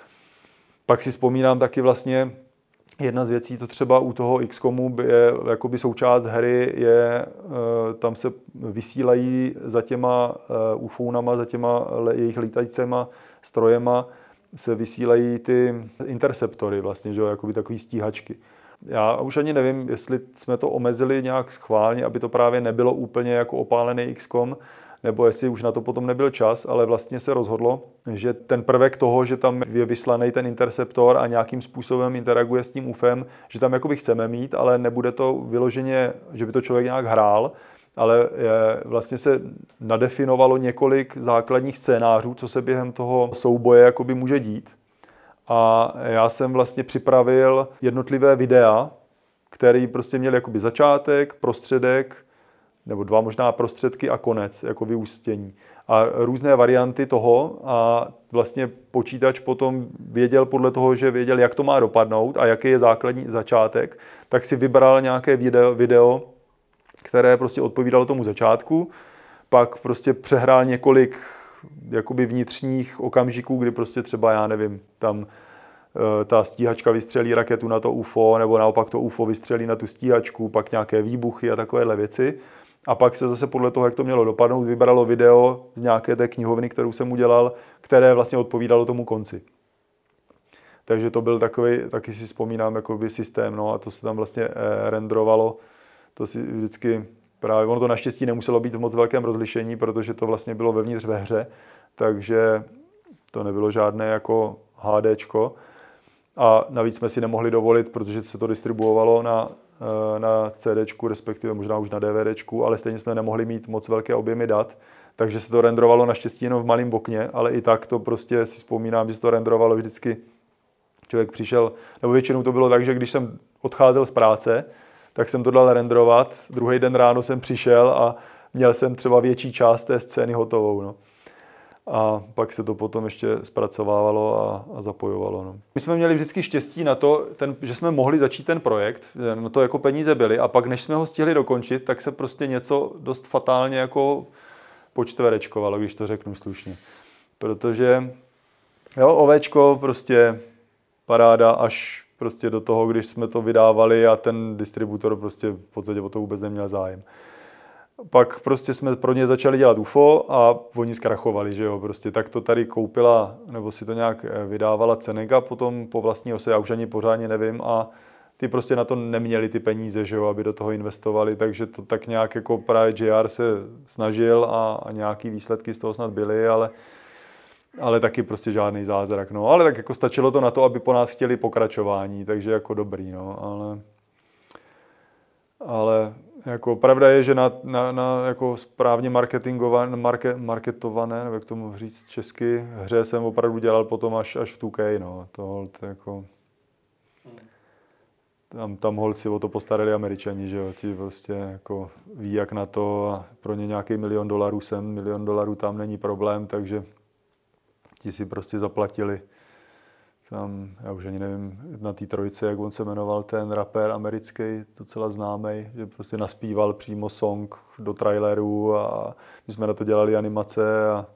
Pak si vzpomínám taky vlastně jedna z věcí, to třeba u toho X COMu je jakoby součást hry, je, tam se vysílají za těma ufounama, za těma jejich lítajícíma strojema, se vysílají ty interceptory vlastně, že jo, jakoby takový stíhačky. Já už ani nevím, jestli jsme to omezili nějak schválně, aby to právě nebylo úplně jako opálený X COM, nebo jestli už na to potom nebyl čas, ale vlastně se rozhodlo, že ten prvek toho, že tam je vyslaný ten interceptor a nějakým způsobem interaguje s tím UFem, že tam jakoby chceme mít, ale nebude to vyloženě, že by to člověk nějak hrál, ale je, vlastně se nadefinovalo několik základních scénářů, co se během toho souboje jakoby může dít. A já jsem vlastně připravil jednotlivé videa, které prostě měly jakoby začátek, prostředek, nebo dva možná prostředky a konec, jako vyústění. A různé varianty toho a vlastně počítač potom věděl podle toho, že věděl, jak to má dopadnout a jaký je základní začátek, tak si vybral nějaké video, video které prostě odpovídalo tomu začátku, pak prostě přehrál několik jakoby vnitřních okamžiků, kdy prostě třeba, já nevím, tam ta stíhačka vystřelí raketu na to U F O, nebo naopak to U F O vystřelí na tu stíhačku, pak nějaké výbuchy a takovéhle věci. A pak se zase podle toho, jak to mělo dopadnout, vybralo video z nějaké té knihovny, kterou jsem udělal, které vlastně odpovídalo tomu konci. Takže to byl takový, taky si vzpomínám, jakoby systém, no, a to se tam vlastně eh, renderovalo. To si vždycky právě, ono to naštěstí nemuselo být v moc velkém rozlišení, protože to vlastně bylo vevnitř ve hře, takže to nebylo žádné jako HDčko. A navíc jsme si nemohli dovolit, protože se to distribuovalo na, na CDčku, respektive možná už na DVDčku, ale stejně jsme nemohli mít moc velké objemy dat, takže se to renderovalo naštěstí jenom v malém okně, ale i tak to prostě si vzpomínám, že se to renderovalo vždycky. Člověk přišel, nebo většinou to bylo tak, že když jsem odcházel z práce, tak jsem to dal renderovat, druhý den ráno jsem přišel a měl jsem třeba větší část té scény hotovou. No. A pak se to potom ještě zpracovávalo a, a zapojovalo. No. My jsme měli vždycky štěstí na to, ten, že jsme mohli začít ten projekt, no to jako peníze byly a pak než jsme ho stihli dokončit, tak se prostě něco dost fatálně jako počtverečkovalo, když to řeknu slušně. Protože jo, ovečko prostě paráda až prostě do toho, když jsme to vydávali a ten distributor prostě v podstatě o to vůbec neměl zájem. Pak prostě jsme pro ně začali dělat U F O a oni zkrachovali, že jo, prostě tak to tady koupila, nebo si to nějak vydávala Cenega potom po vlastní ose, já už ani pořádně nevím a ty prostě na to neměli ty peníze, že jo, aby do toho investovali, takže to tak nějak jako právě J R se snažil a, a nějaký výsledky z toho snad byly, ale ale taky prostě žádný zázrak, no, ale tak jako stačilo to na to, aby po nás chtěli pokračování, takže jako dobrý, no, ale ale jako pravda je, že na, na, na jako správně marketingované, market, marketované, nebo jak tomu říct česky, hře jsem opravdu dělal potom až, až v two K, no, to, to jako tam, tam holci o to postarali Američani, že jo, ti prostě jako ví jak na to a pro ně nějaký milion dolarů sem, milion dolarů tam není problém, takže ti si prostě zaplatili tam, já už ani nevím, na té trojice, jak on se jmenoval, ten rapper americký, docela známý, že prostě naspíval přímo song do traileru a my jsme na to dělali animace a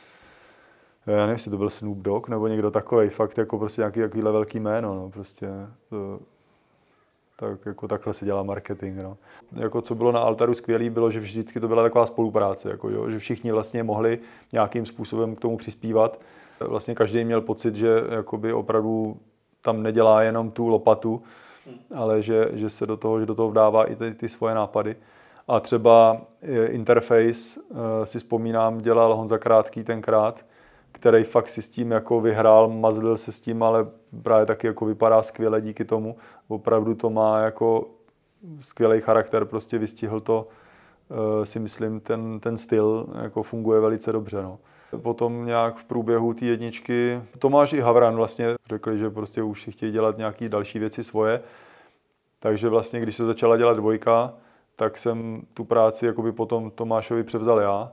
já nevím, jestli to byl Snoop Dogg nebo někdo takovej, fakt jako prostě nějaký takovýhle velký jméno, no, prostě to, tak jako takhle se dělá marketing, no. Jako co bylo na Altaru skvělý, bylo, že vždycky to byla taková spolupráce, jako jo, že všichni vlastně mohli nějakým způsobem k tomu přispívat. Vlastně každý měl pocit, že jakoby opravdu tam nedělá jenom tu lopatu, ale že, že se do toho, že do toho vdává i ty, ty svoje nápady. A třeba interface, si vzpomínám, dělal Honza Krátký tenkrát, který fakt si s tím jako vyhrál, mazlil se s tím, ale právě taky jako vypadá skvěle díky tomu. Opravdu to má jako skvělý charakter, prostě vystihl to, si myslím, ten, ten styl jako funguje velice dobře. No. Potom nějak v průběhu té jedničky Tomáš i Havran vlastně řekli, že prostě už si chtějí dělat nějaké další věci svoje. Takže vlastně, když se začala dělat dvojka, tak jsem tu práci jakoby potom Tomášovi převzal já.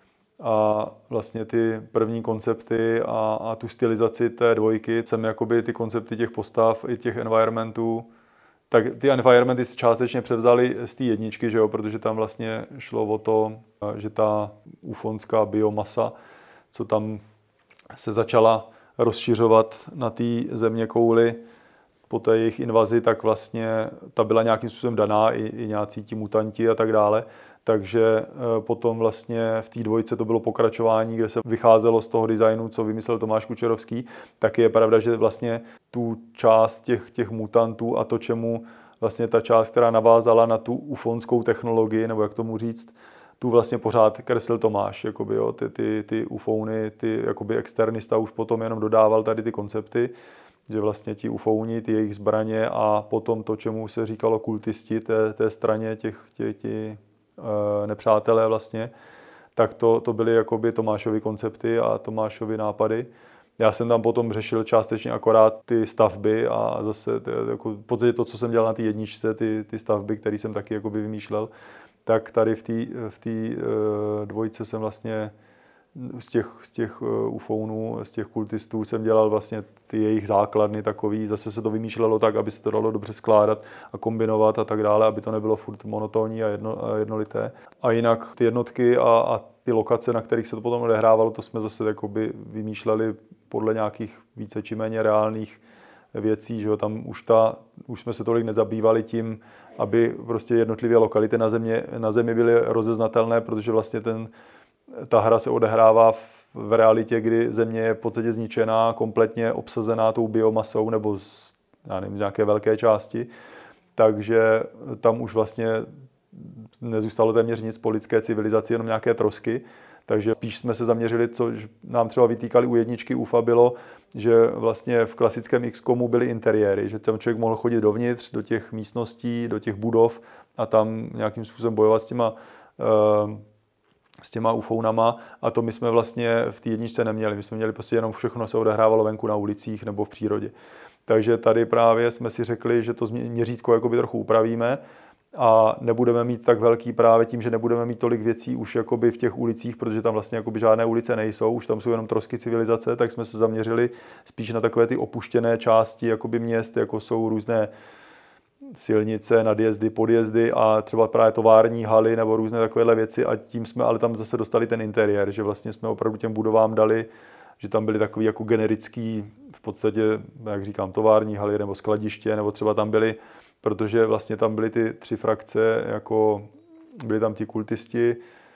A vlastně ty první koncepty a, a tu stylizaci té dvojky jsem jakoby ty koncepty těch postav i těch environmentů, tak ty environmenty se částečně převzali z té jedničky, že jo, protože tam vlastně šlo o to, že ta ufonská biomasa, co tam se začala rozšiřovat na té zeměkouli po té jejich invazi, tak vlastně ta byla nějakým způsobem daná i, i nějací ti mutanti a tak dále. Takže potom vlastně v té dvojce to bylo pokračování, kde se vycházelo z toho designu, co vymyslel Tomáš Kučerovský. Taky je pravda, že vlastně tu část těch, těch mutantů a to, čemu vlastně ta část, která navázala na tu ufonskou technologii, nebo jak tomu říct, tu vlastně pořád kreslil Tomáš, jakoby, jo, ty, ty, ty ufouny, ty jakoby externista už potom jenom dodával tady ty koncepty, že vlastně ti ufouni, ty jejich zbraně a potom to, čemu se říkalo kultisti, té, té straně těch, těch, těch e, nepřátelé vlastně, tak to, to byly jakoby Tomášovy koncepty a Tomášovy nápady. Já jsem tam potom řešil částečně akorát ty stavby a zase ty, jako, v podstatě to, co jsem dělal na té jedničce, ty, ty stavby, které jsem taky jakoby vymýšlel, tak tady v té v té dvojce jsem vlastně z těch, z těch ufounů, z těch kultistů jsem dělal vlastně ty jejich základny takový, zase se to vymýšlelo tak, aby se to dalo dobře skládat a kombinovat a tak dále, aby to nebylo furt monotónní a, jedno, a jednolité. A jinak ty jednotky a, a ty lokace, na kterých se to potom odehrávalo, to jsme zase jakoby vymýšleli podle nějakých více či méně reálných věcí, že jo, tam už, ta, už jsme se tolik nezabývali tím, aby prostě jednotlivé lokality na, země, na zemi byly rozeznatelné, protože vlastně ten, ta hra se odehrává v, v realitě, kdy země je v podstatě zničená, kompletně obsazená tou biomasou nebo z, já nevím, z nějaké velké části, takže tam už vlastně nezůstalo téměř nic po lidské civilizaci, jenom nějaké trosky. Takže spíš jsme se zaměřili, co nám třeba vytýkali u jedničky U F A, bylo, že vlastně v klasickém X COMu byly interiéry, že tam člověk mohl chodit dovnitř, do těch místností, do těch budov a tam nějakým způsobem bojovat s těma, s těma ufounama a to my jsme vlastně v té jedničce neměli. My jsme měli prostě jenom všechno se odehrávalo venku na ulicích nebo v přírodě. Takže tady právě jsme si řekli, že to měřítko jakoby trochu upravíme a nebudeme mít tak velký právě tím, že nebudeme mít tolik věcí už jakoby v těch ulicích, protože tam vlastně jakoby žádné ulice nejsou, už tam jsou jenom trosky civilizace, tak jsme se zaměřili spíš na takové ty opuštěné části jakoby měst, jako jsou různé silnice, nadjezdy, podjezdy a třeba právě tovární haly nebo různé takovéhle věci a tím jsme ale tam zase dostali ten interiér, že vlastně jsme opravdu těm budovám dali, že tam byly takový jako generický v podstatě, jak říkám, tovární haly nebo skladiště, nebo třeba tam byly, protože vlastně tam byly ty tři frakce, jako byli tam ti kultisti,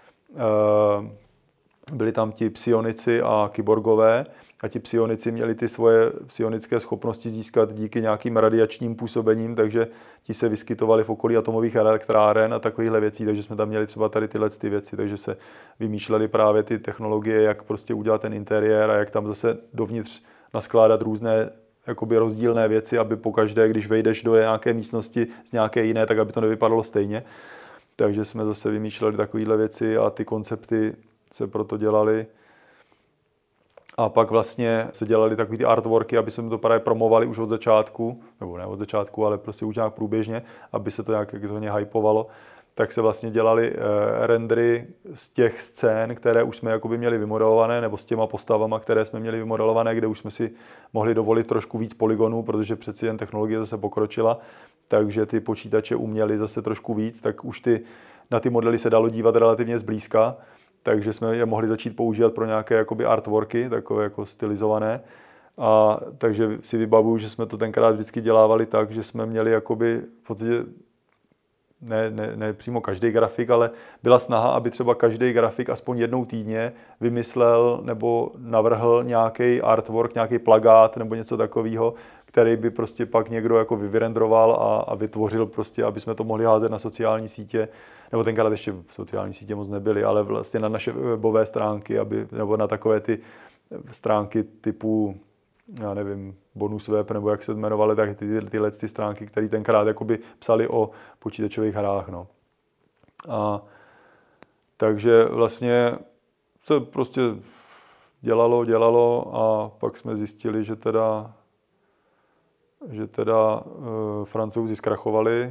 byli tam ti psionici a kyborgové a ti psionici měli ty svoje psionické schopnosti získat díky nějakým radiačním působením, takže ti se vyskytovali v okolí atomových elektráren a takovýchhle věcí, takže jsme tam měli třeba tady tyhle ty věci, takže se vymýšlely právě ty technologie, jak prostě udělat ten interiér a jak tam zase dovnitř naskládat různé jakoby rozdílné věci, aby pokaždé, když vejdeš do nějaké místnosti z nějaké jiné, tak aby to nevypadalo stejně. Takže jsme zase vymýšleli takovéhle věci a ty koncepty se proto dělali. A pak vlastně se dělali takový ty artworky, aby jsme to právě promovali už od začátku, nebo ne od začátku, ale prostě už nějak průběžně, aby se to nějak takzvaně hypovalo. Tak se vlastně dělali eh, rendery z těch scén, které už jsme jakoby měli vymodelované, nebo s těma postavama, které jsme měli vymodelované, kde už jsme si mohli dovolit trošku víc polygonů, protože přeci jen technologie zase pokročila, takže ty počítače uměly zase trošku víc, tak už ty, na ty modely se dalo dívat relativně zblízka, takže jsme je mohli začít používat pro nějaké jakoby artworky, takové jako stylizované. A takže si vybavuju, že jsme to tenkrát vždycky dělávali tak, že jsme měli jakoby v podstatě ne, ne, ne přímo každý grafik, ale byla snaha, aby třeba každý grafik aspoň jednou týdně vymyslel nebo navrhl nějaký artwork, nějaký plagát nebo něco takového, který by prostě pak někdo jako vyrendroval a, a vytvořil prostě, aby jsme to mohli házet na sociální sítě, nebo tenkrát ještě sociální sítě moc nebyly, ale vlastně na naše webové stránky, aby, nebo na takové ty stránky typu, já nevím, bonus web, nebo jak se jmenovaly, tak ty, tyhle ty stránky, které tenkrát jakoby psali o počítačových hrách. No. A takže vlastně se prostě dělalo, dělalo a pak jsme zjistili, že teda že teda e, Francouzi zkrachovali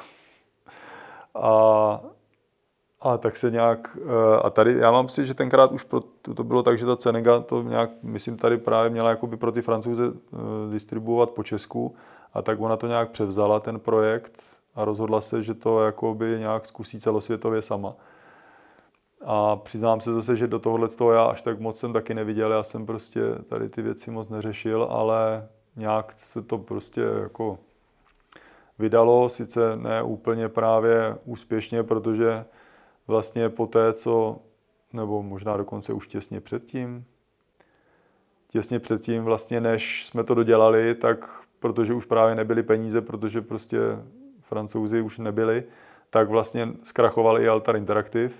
a, a tak se nějak, e, a tady já mám si, že tenkrát už pro, to, to bylo tak, že ta Cenega to nějak, myslím, tady právě měla jakoby pro ty Francouze e, distribuovat po Česku a tak ona to nějak převzala, ten projekt a rozhodla se, že to jakoby nějak zkusí celosvětově sama. A přiznám se zase, že do tohohle toho já až tak moc jsem taky neviděl, já jsem prostě tady ty věci moc neřešil, ale nějak se to prostě jako vydalo, sice ne úplně právě úspěšně, protože vlastně po té, co, nebo možná dokonce už těsně předtím, těsně předtím vlastně, než jsme to dodělali, tak protože už právě nebyly peníze, protože prostě Francouzi už nebyli, tak vlastně zkrachoval i Altar Interactive.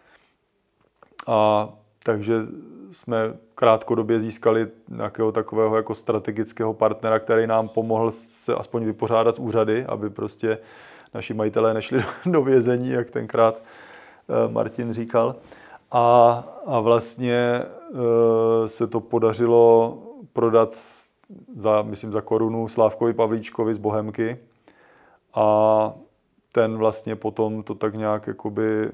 A takže jsme krátkodobě získali nějakého takového jako strategického partnera, který nám pomohl se aspoň vypořádat z úřady, aby prostě naši majitelé nešli do, do vězení, jak tenkrát Martin říkal. A, a vlastně e, se to podařilo prodat za, myslím, za korunu Slávkovi Pavlíčkovi z Bohemky. A ten vlastně potom to tak nějak jakoby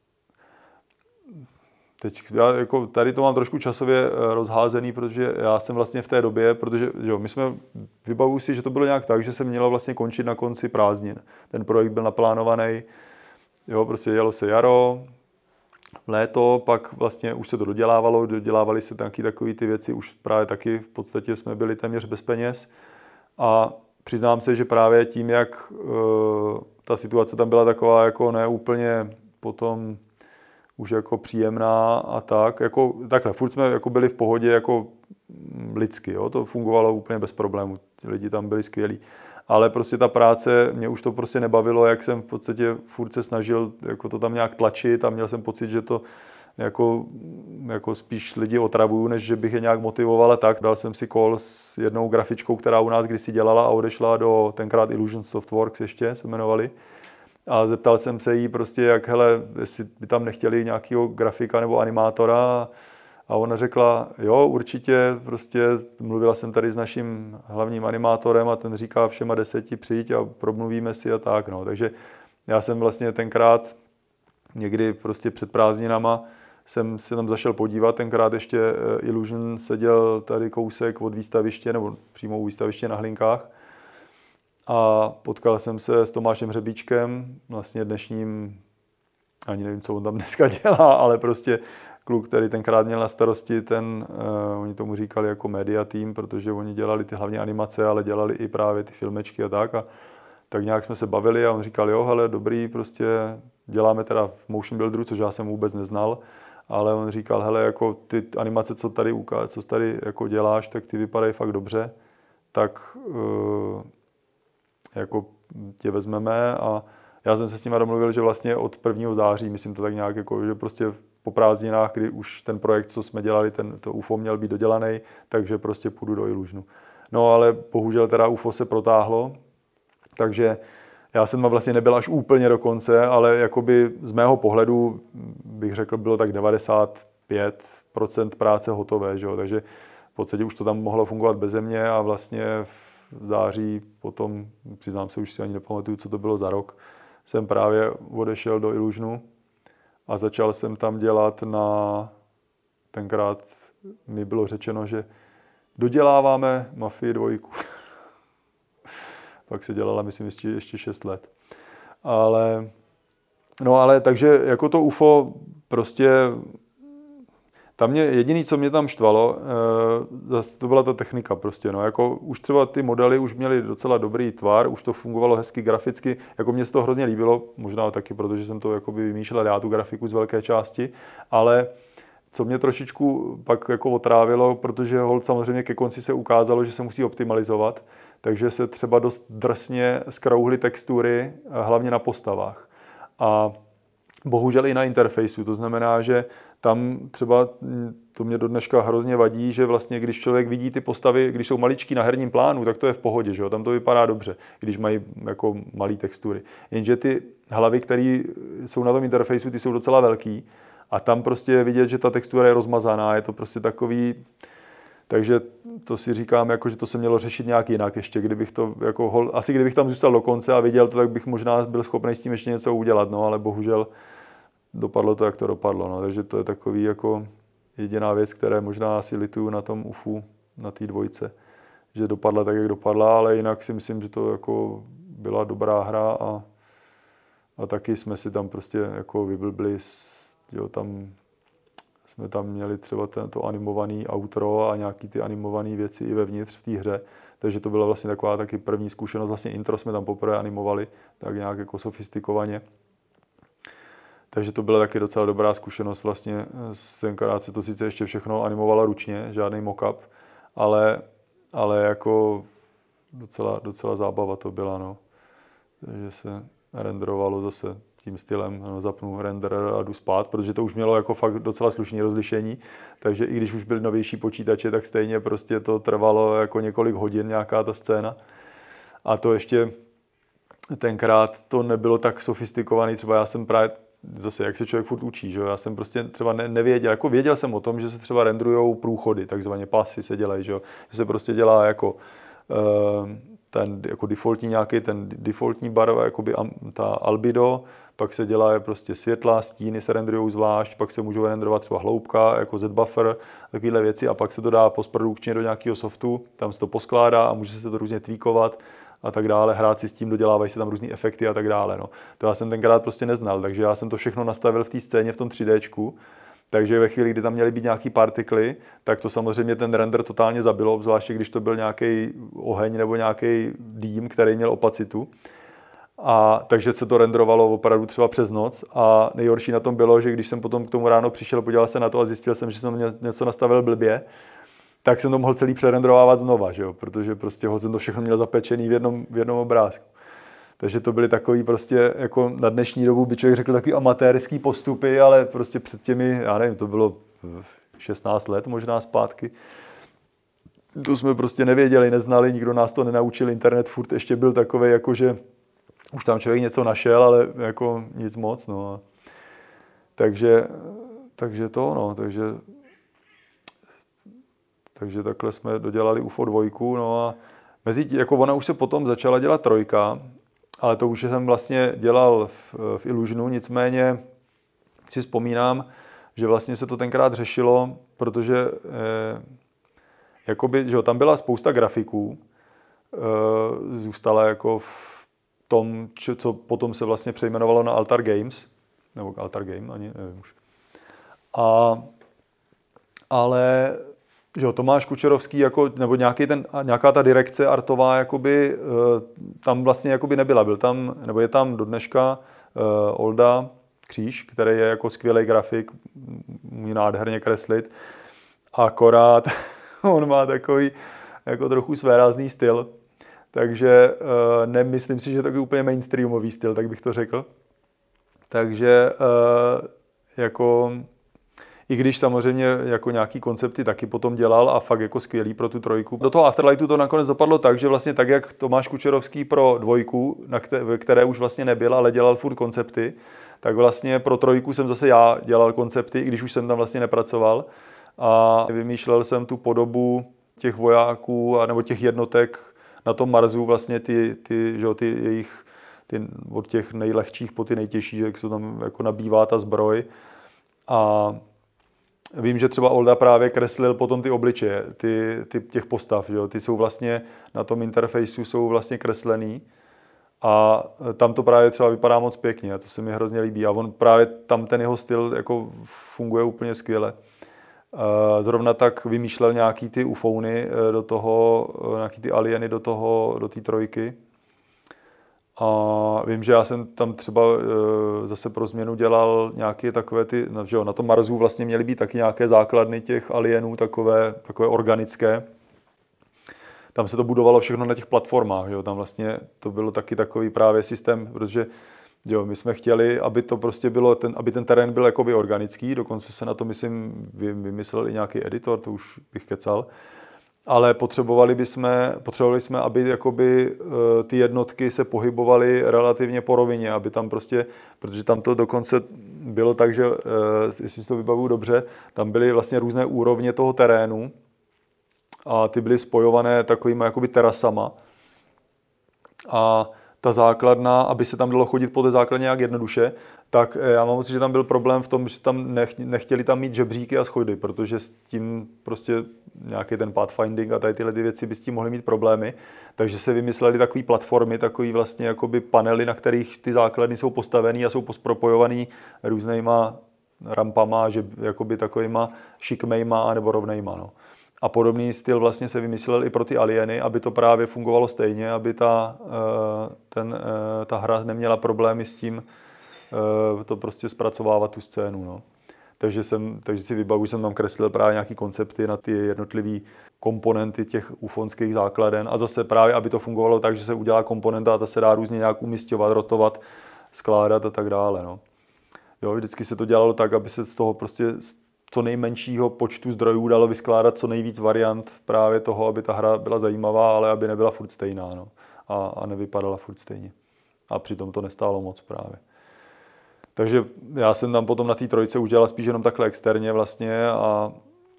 Teď, já jako, tady to mám trošku časově rozházený, protože já jsem vlastně v té době, protože jo, my jsme, vybavuji si, že to bylo nějak tak, že se mělo vlastně končit na konci prázdnin. Ten projekt byl naplánovaný, jo, prostě dělalo se jaro, léto, pak vlastně už se to dodělávalo, dodělávaly se taky takové ty věci, už právě taky v podstatě jsme byli téměř bez peněz a přiznám se, že právě tím, jak uh, ta situace tam byla taková jako ne úplně potom už jako příjemná a tak. Jako, takhle, furt jsme jako byli v pohodě jako lidsky, jo? To fungovalo úplně bez problémů. Ti lidi tam byli skvělí. Ale prostě ta práce, mě už to prostě nebavilo, jak jsem v podstatě furt se snažil jako to tam nějak tlačit a měl jsem pocit, že to jako, jako spíš lidi otravuju, než že bych je nějak motivoval a tak. Dal jsem si call s jednou grafičkou, která u nás kdysi dělala a odešla do tenkrát Illusion Softworks ještě se jmenovali. a zeptal jsem se jí prostě, jak hele, jestli by tam nechtěli nějakého grafika nebo animátora. A ona řekla, jo, určitě, prostě mluvila jsem tady s naším hlavním animátorem a ten říká všema deseti přijď a promluvíme si a tak, no. Takže já jsem vlastně tenkrát někdy prostě před prázdninama jsem se tam zašel podívat, tenkrát ještě Illusion seděl tady kousek od výstaviště, nebo přímo u výstaviště na Hlinkách. A potkal jsem se s Tomášem Hřebíčkem, vlastně dnešním, ani nevím, co on tam dneska dělá, ale prostě kluk, který tenkrát měl na starosti ten, uh, oni tomu říkali jako media team, protože oni dělali ty hlavně animace, ale dělali i právě ty filmečky a tak. A tak nějak jsme se bavili a on říkal, jo, hele, dobrý, prostě děláme teda v motion builderu, což já jsem vůbec neznal, ale on říkal, hele, jako ty animace, co tady, uká- co tady jako děláš, tak ty vypadají fakt dobře, tak uh, jako tě vezmeme a já jsem se s nima domluvil, že vlastně od prvního září, myslím to tak nějak, jako, že prostě po prázdninách, kdy už ten projekt, co jsme dělali, ten, to U F O měl být dodělaný, takže prostě půjdu do Illusionu. No ale bohužel teda U F O se protáhlo, takže já jsem vlastně nebyl až úplně do konce, ale jakoby z mého pohledu bych řekl, bylo tak devadesát pět procent práce hotové, že jo? Takže v podstatě už to tam mohlo fungovat beze mě a vlastně v září potom, přiznám se, už si ani nepamatuju, co to bylo za rok, jsem právě odešel do Illusionu a začal jsem tam dělat na, tenkrát mi bylo řečeno, že doděláváme Mafii dvojku. Pak se dělala, myslím, ještě, ještě šest let. Ale, no ale takže jako to U F O prostě, tam mě, jediný, co mě tam štvalo, e, to byla ta technika prostě, no, jako už třeba ty modely už měly docela dobrý tvar, už to fungovalo hezky graficky, jako mě se to hrozně líbilo, možná taky, protože jsem to jakoby vymýšlel já tu grafiku z velké části, ale co mě trošičku pak jako otrávilo, protože holt samozřejmě ke konci se ukázalo, že se musí optimalizovat, takže se třeba dost drsně zkrouhly textury, hlavně na postavách. A bohužel i na interfejsu, to znamená, že tam třeba, to mě do dneška hrozně vadí, že vlastně když člověk vidí ty postavy, když jsou maličký na herním plánu, tak to je v pohodě, že jo? Tam to vypadá dobře, když mají jako malý textury. Jenže ty hlavy, které jsou na tom interfejsu, ty jsou docela velký a tam prostě je vidět, že ta textura je rozmazaná, je to prostě takový. Takže to si říkám, jako, že to se mělo řešit nějak jinak ještě, kdybych to jako hol, asi kdybych tam zůstal do konce a viděl to, tak bych možná byl schopný s tím ještě něco udělat, no, ale bohužel dopadlo to, jak to dopadlo, no, takže to je takový jako jediná věc, která možná asi lituju na tom U F U, na té dvojce, že dopadla tak, jak dopadla, ale jinak si myslím, že to jako byla dobrá hra a, a taky jsme si tam prostě jako vyblbli, jo, tam jsme tam měli třeba to animovaný outro a nějaký ty animované věci i vevnitř v té hře. Takže to byla vlastně taková taky první zkušenost. Vlastně intro jsme tam poprvé animovali, tak nějak jako sofistikovaně. Takže to byla taky docela dobrá zkušenost. Vlastně tenkrát se to sice ještě všechno animovalo ručně, žádný mock-up, ale, ale jako docela, docela zábava to byla, no. Takže se renderovalo zase tím stylem, no, zapnu render a jdu spát, protože to už mělo jako fakt docela slušné rozlišení, takže i když už byly novější počítače, tak stejně prostě to trvalo jako několik hodin nějaká ta scéna. A to ještě tenkrát to nebylo tak sofistikovaný, třeba já jsem právě, zase jak se člověk furt učí, že jo, já jsem prostě třeba ne, nevěděl, jako věděl jsem o tom, že se třeba rendrujou průchody, takzvaně pasy se dělají, že jo, že se prostě dělá jako uh, ten jako defaultní nějaký ten defaultní barva, jakoby ta albedo, pak se dělá prostě světla, stíny se renderujou zvlášť, pak se můžou renderovat třeba hloubka, jako Z-buffer, takovéhle věci a pak se to dá postprodukčně do nějakého softu, tam se to poskládá a může se to různě tweakovat a tak dále, hrát si s tím, dodělávají se tam různý efekty a tak dále. No. To já jsem tenkrát prostě neznal, takže já jsem to všechno nastavil v té scéně v tom tři déčku. Takže ve chvíli, kdy tam měly být nějaký partikly, tak to samozřejmě ten render totálně zabilo, zvláště když to byl nějaký oheň nebo nějaký dým, který měl opacitu. A takže se to renderovalo opravdu třeba přes noc a nejhorší na tom bylo, že když jsem potom k tomu ráno přišel, podíval se na to a zjistil jsem, že jsem něco nastavil blbě, tak jsem to mohl celý přerenderovávat znova, že jo? Protože prostě jsem to všechno měl zapečený v jednom, v jednom obrázku. Takže to byly takový prostě, jako na dnešní dobu by člověk řekl takový amatérský postupy, ale prostě před těmi, já nevím, to bylo šestnáct let možná zpátky. To jsme prostě nevěděli, neznali, nikdo nás to nenaučil, internet furt ještě byl takovej, jakože už tam člověk něco našel, ale jako nic moc, no. Takže, takže to, no, takže, takže takhle jsme dodělali U F O dva, no a mezi tí, jako ona už se potom začala dělat trojka, ale to už jsem vlastně dělal v, v Illusionu, nicméně si vzpomínám, že vlastně se to tenkrát řešilo, protože eh, jakoby, že tam byla spousta grafiků, eh, zůstala jako v tom, co potom se vlastně přejmenovalo na Altar Games, nebo Altar Game, ani nevím už. A, ale že jo, Tomáš Kučerovský, jako, nebo nějaký ten, nějaká ta direkce artová, jakoby, tam vlastně jakoby nebyla. Byl tam, nebo je tam do dneška uh, Olda Kříž, který je jako skvělý grafik, umí nádherně kreslit. Akorát on má takový jako trochu svérázný styl, takže uh, nemyslím si, že je takový úplně mainstreamový styl, tak bych to řekl. Takže uh, jako... I když samozřejmě jako nějaký koncepty taky potom dělal a fakt jako skvělý pro tu trojku. Do toho Afterlightu to nakonec dopadlo tak, že vlastně tak, jak Tomáš Kučerovský pro dvojku, na které, které už vlastně nebyl, ale dělal furt koncepty, tak vlastně pro trojku jsem zase já dělal koncepty, i když už jsem tam vlastně nepracoval. A vymýšlel jsem tu podobu těch vojáků a nebo těch jednotek na tom Marsu, vlastně ty, ty, že, ty jejich, ty, od těch nejlehčích po ty nejtěžší, jak se tam jako nabývá ta zbroj. A vím, že třeba Olda právě kreslil potom ty obličeje, ty, ty těch postav, že? Ty jsou vlastně na tom interfejsu jsou vlastně kreslený a tam to právě třeba vypadá moc pěkně a to se mi hrozně líbí a on právě tam ten jeho styl jako funguje úplně skvěle. Zrovna tak vymýšlel nějaký ty ufouny do toho, nějaký ty alieny do toho, do té trojky. A vím, že já jsem tam třeba e, zase pro změnu dělal nějaké takové ty, že jo, na tom Marsu vlastně měly být taky nějaké základny těch alienů, takové, takové organické. Tam se to budovalo všechno na těch platformách, že jo, tam vlastně to bylo taky takový právě systém, protože jo, my jsme chtěli, aby to prostě bylo, ten, aby ten terén byl jakoby organický, dokonce se na to, myslím, vymyslel i nějaký editor, to už bych kecal. Ale potřebovali bychom, potřebovali jsme, aby jakoby, ty jednotky se pohybovaly relativně po rovině, aby tam prostě, protože tam to dokonce bylo tak, že, jestli si to vybavuju dobře, tam byly vlastně různé úrovně toho terénu a ty byly spojované takovými jakoby terasama. A ta základna, aby se tam dalo chodit po té základně nějak jednoduše, tak já mám pocit, že tam byl problém v tom, že tam nechtěli tam mít žebříky a schody, protože s tím prostě nějaký ten pathfinding a tady tyhle ty věci by s tím mohly mít problémy. Takže se vymysleli takové platformy, takový vlastně jakoby panely, na kterých ty základny jsou postavený a jsou propojovaný různýma rampama, že jakoby takovýma šikmejma nebo rovnejma. No. A podobný styl vlastně se vymyslel i pro ty alieny, aby to právě fungovalo stejně, aby ta, ten, ta hra neměla problémy s tím to prostě zpracovávat tu scénu. No. Takže, jsem, takže si vybavuji, jsem tam kreslil právě nějaký koncepty na ty jednotlivé komponenty těch ufonských základen a zase právě, aby to fungovalo tak, že se udělá komponenta a ta se dá různě nějak umísťovat, rotovat, skládat a tak dále. No. Jo, vždycky se to dělalo tak, aby se z toho prostě co nejmenšího počtu zdrojů dalo vyskládat co nejvíc variant právě toho, aby ta hra byla zajímavá, ale aby nebyla furt stejná, no. a, a nevypadala furt stejně. A přitom to nestálo moc právě. Takže já jsem tam potom na té trojce udělal spíš jenom takhle externě vlastně a,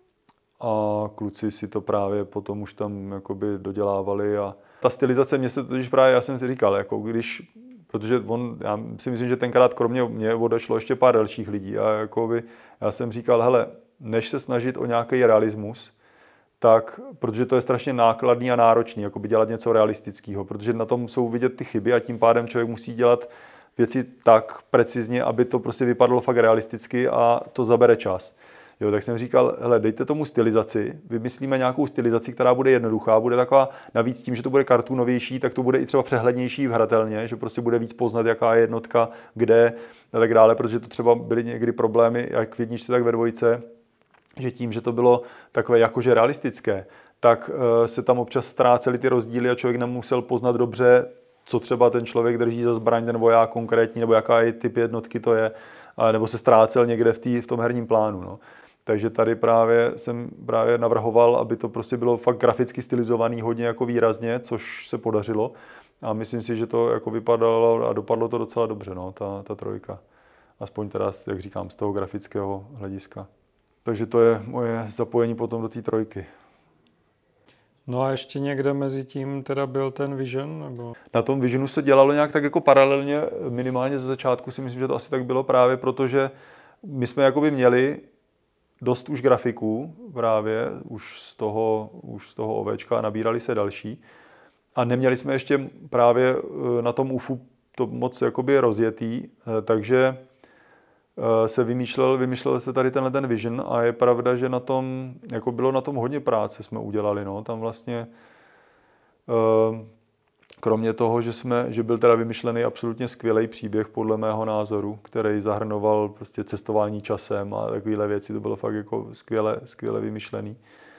a kluci si to právě potom už tam jakoby dodělávali a ta stylizace mě se totiž právě, já jsem si říkal, jako když, protože on, já si myslím, že tenkrát kromě mě odešlo ještě pár dalších lidí a jakoby já jsem říkal, hele, než se snažit o nějaký realismus, tak, protože to je strašně nákladný a náročný, jakoby dělat něco realistického, protože na tom jsou vidět ty chyby a tím pádem člověk musí dělat věci tak precizně, aby to prostě vypadalo fakt realisticky a to zabere čas. Jo, tak jsem říkal, hele, dejte tomu stylizaci, vymyslíme nějakou stylizaci, která bude jednoduchá, bude taková, navíc tím, že to bude kartunovější, tak to bude i třeba přehlednější hradatelně, že prostě bude víc poznat, jaká je jednotka, kde a tak dále, protože to třeba byly někdy problémy, jak v jedničce, tak ve dvojce, že tím, že to bylo takové jakože realistické, tak uh, se tam občas ztrácely ty rozdíly a člověk nemusel poznat dobře, co třeba ten člověk drží za zbraň, ten voják konkrétní, nebo jaká je typ jednotky to je, nebo se ztrácel někde v, tý, v tom herním plánu. No. Takže tady právě jsem právě navrhoval, aby to prostě bylo fakt graficky stylizovaný hodně jako výrazně, což se podařilo. A myslím si, že to jako vypadalo a dopadlo to docela dobře, no, ta, ta trojka. Aspoň teda, jak říkám, z toho grafického hlediska. Takže to je moje zapojení potom do té trojky. No a ještě někde mezi tím teda byl ten Vision? Nebo? Na tom Visionu se dělalo nějak tak jako paralelně, minimálně ze začátku si myslím, že to asi tak bylo právě, protože my jsme jakoby měli dost už grafiků právě, už z toho, už z toho ovečka, nabírali se další. A neměli jsme ještě právě na tom U F U to moc jakoby rozjetý, takže se vymýšlel, vymýšlel se tady tenhle ten Vision a je pravda, že na tom, jako bylo na tom hodně práce jsme udělali, no, tam vlastně kromě toho, že, jsme, že byl teda vymyšlený absolutně skvělý příběh podle mého názoru, který zahrnoval prostě cestování časem a takovéhle věci, to bylo fakt jako skvěle, skvěle vymyšlený,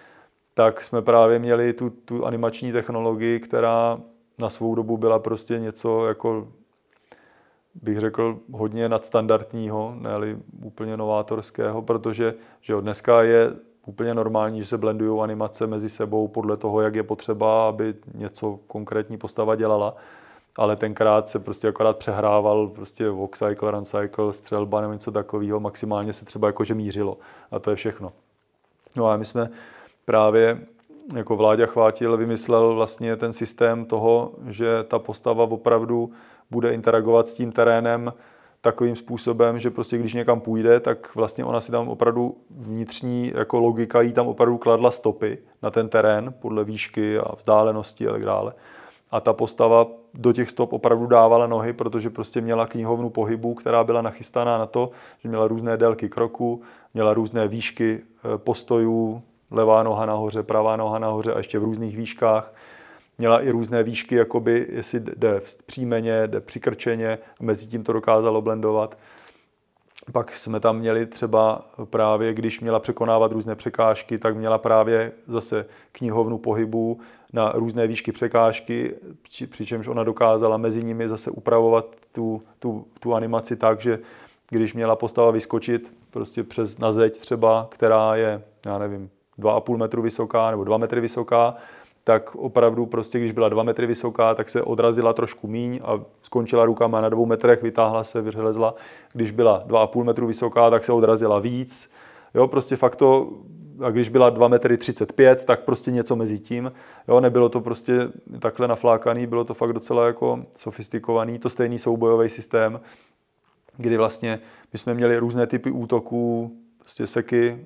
tak jsme právě měli tu, tu animační technologii, která na svou dobu byla prostě něco jako, bych řekl, hodně nadstandardního, ne-li úplně novátorského, protože že jo, dneska je úplně normální, že se blendují animace mezi sebou podle toho, jak je potřeba, aby něco konkrétní postava dělala. Ale tenkrát se prostě akorát přehrával prostě walk cycle, run cycle, střelba nebo něco takového, maximálně se třeba jakože mířilo. A to je všechno. No a my jsme právě jako Vláďa Chvátil vymyslel vlastně ten systém toho, že ta postava opravdu bude interagovat s tím terénem takovým způsobem, že prostě když někam půjde, tak vlastně ona si tam opravdu vnitřní jako logika jí tam opravdu kladla stopy na ten terén podle výšky a vzdálenosti a tak dále. A ta postava do těch stop opravdu dávala nohy, protože prostě měla knihovnu pohybu, která byla nachystaná na to, že měla různé délky kroků, měla různé výšky postojů, levá noha nahoře, pravá noha nahoře a ještě v různých výškách. Měla i různé výšky, jakoby, jestli jde příjmeně, jde přikrčeně, mezi tím to dokázalo blendovat. Pak jsme tam měli třeba právě, když měla překonávat různé překážky, tak měla právě zase knihovnu pohybů na různé výšky překážky, přičemž ona dokázala mezi nimi zase upravovat tu, tu, tu animaci tak, že když měla postava vyskočit prostě přes na zeď třeba, která je, já nevím, dva a půl metru vysoká nebo dva metry vysoká, tak opravdu prostě, když byla dva metry vysoká, tak se odrazila trošku míň a skončila rukama na dvou metrech, vytáhla se, vylezla. Když byla dva a půl metru vysoká, tak se odrazila víc. Jo, prostě fakt to, a když byla dva metry třicet pět, tak prostě něco mezi tím. Jo, nebylo to prostě takhle naflákaný, bylo to fakt docela jako sofistikovaný. To stejný soubojový systém, kdy vlastně my jsme měli různé typy útoků, prostě seky,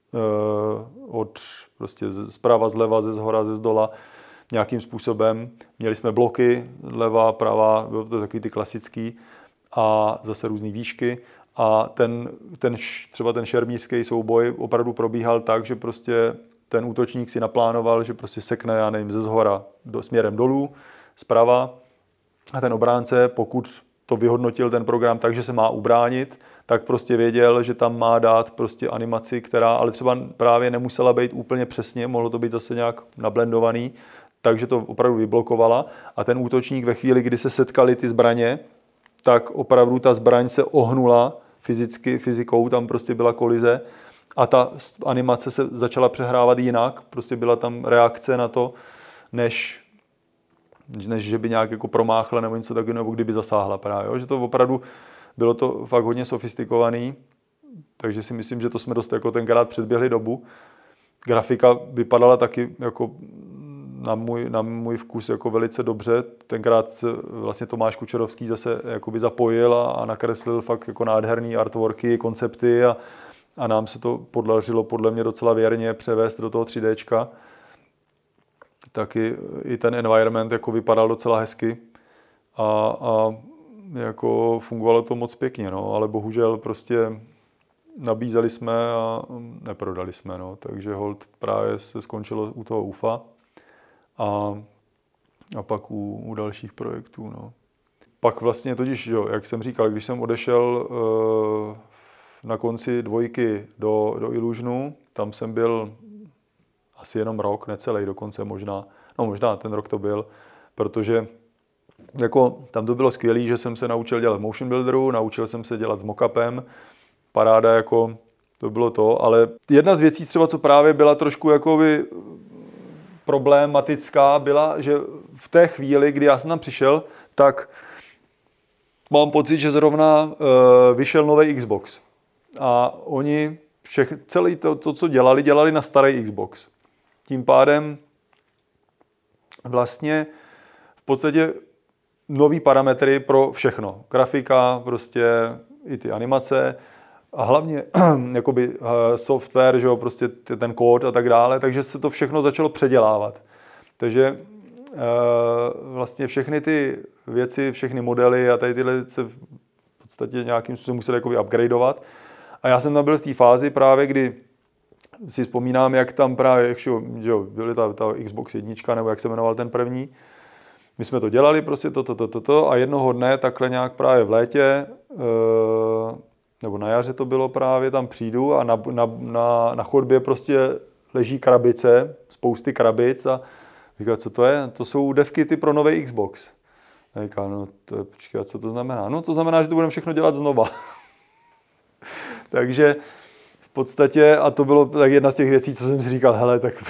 od prostě zprava, zleva, ze zhora, ze zdola nějakým způsobem. Měli jsme bloky, levá, pravá, bylo to takový ty klasický a zase různé výšky a ten, ten, třeba ten šermířský souboj opravdu probíhal tak, že prostě ten útočník si naplánoval, že prostě sekne, já nevím, ze zhora do, směrem dolů, zprava a ten obránce, pokud to vyhodnotil ten program tak, že se má ubránit, tak prostě věděl, že tam má dát prostě animaci, která ale třeba právě nemusela být úplně přesně, mohlo to být zase nějak nablendovaný, takže to opravdu vyblokovala a ten útočník ve chvíli, kdy se setkaly ty zbraně, tak opravdu ta zbraň se ohnula fyzicky, fyzikou, tam prostě byla kolize a ta animace se začala přehrávat jinak, prostě byla tam reakce na to, než než že by nějak jako promáchla nebo něco takového, nebo kdyby zasáhla právě. Jo? Že to opravdu bylo to fakt hodně sofistikovaný, takže si myslím, že to jsme dost jako tenkrát předběhli dobu. Grafika vypadala taky jako na můj, na můj vkus jako velice dobře. Tenkrát se vlastně Tomáš Kučerovský zase jakoby zapojil a, a nakreslil fakt jako nádherný artworky, koncepty a, a nám se to podařilo podle mě docela věrně převést do toho tři déčka. Taky i ten environment jako vypadal docela hezky a, a jako fungovalo to moc pěkně, no, ale bohužel prostě nabízeli jsme a neprodali jsme, no, takže hold právě se skončilo u toho U F A a, a pak u, u dalších projektů, no. Pak vlastně totiž, jo, jak jsem říkal, když jsem odešel uh, na konci dvojky do, do Illusionu, tam jsem byl asi jenom rok, necelý dokonce možná, no možná ten rok to byl, protože jako tam to bylo skvělé, že jsem se naučil dělat motion builderu, naučil jsem se dělat s mockupem, paráda, jako to bylo to, ale jedna z věcí třeba, co právě byla trošku jakoby problematická byla, že v té chvíli, kdy já jsem tam přišel, tak mám pocit, že zrovna uh, vyšel nový Xbox. A oni všech, celé to, to, co dělali, dělali na starý Xbox. Tím pádem vlastně v podstatě nový parametry pro všechno. Grafika, prostě i ty animace a hlavně jakoby software, že jo, prostě ten kód a tak dále, takže se to všechno začalo předělávat. Takže vlastně všechny ty věci, všechny modely a tady tyhle se v podstatě nějakým způsobem museli jakoby upgradeovat. A já jsem tam byl v té fázi právě, kdy si vzpomínám, jak tam právě, jak že jo, byly ta, ta Xbox jednička, nebo jak se jmenoval ten první. My jsme to dělali prostě toto, toto, toto to, a jednoho dne takhle nějak právě v létě, nebo na jaře to bylo právě, tam přijdu a na, na, na, na chodbě prostě leží krabice, spousty krabic a říká, co to je? To jsou devkity pro nový Xbox. A říká, no to je, počkej, co to znamená? No to znamená, že to budeme všechno dělat znova. Takže v podstatě, a to bylo tak jedna z těch věcí, co jsem si říkal, hele, tak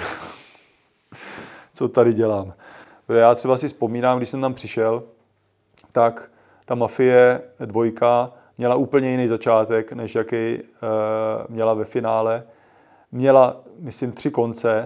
co tady dělám. Já třeba si vzpomínám, když jsem tam přišel, tak ta Mafie dvojka měla úplně jiný začátek, než jaký e, měla ve finále. Měla, myslím, tři konce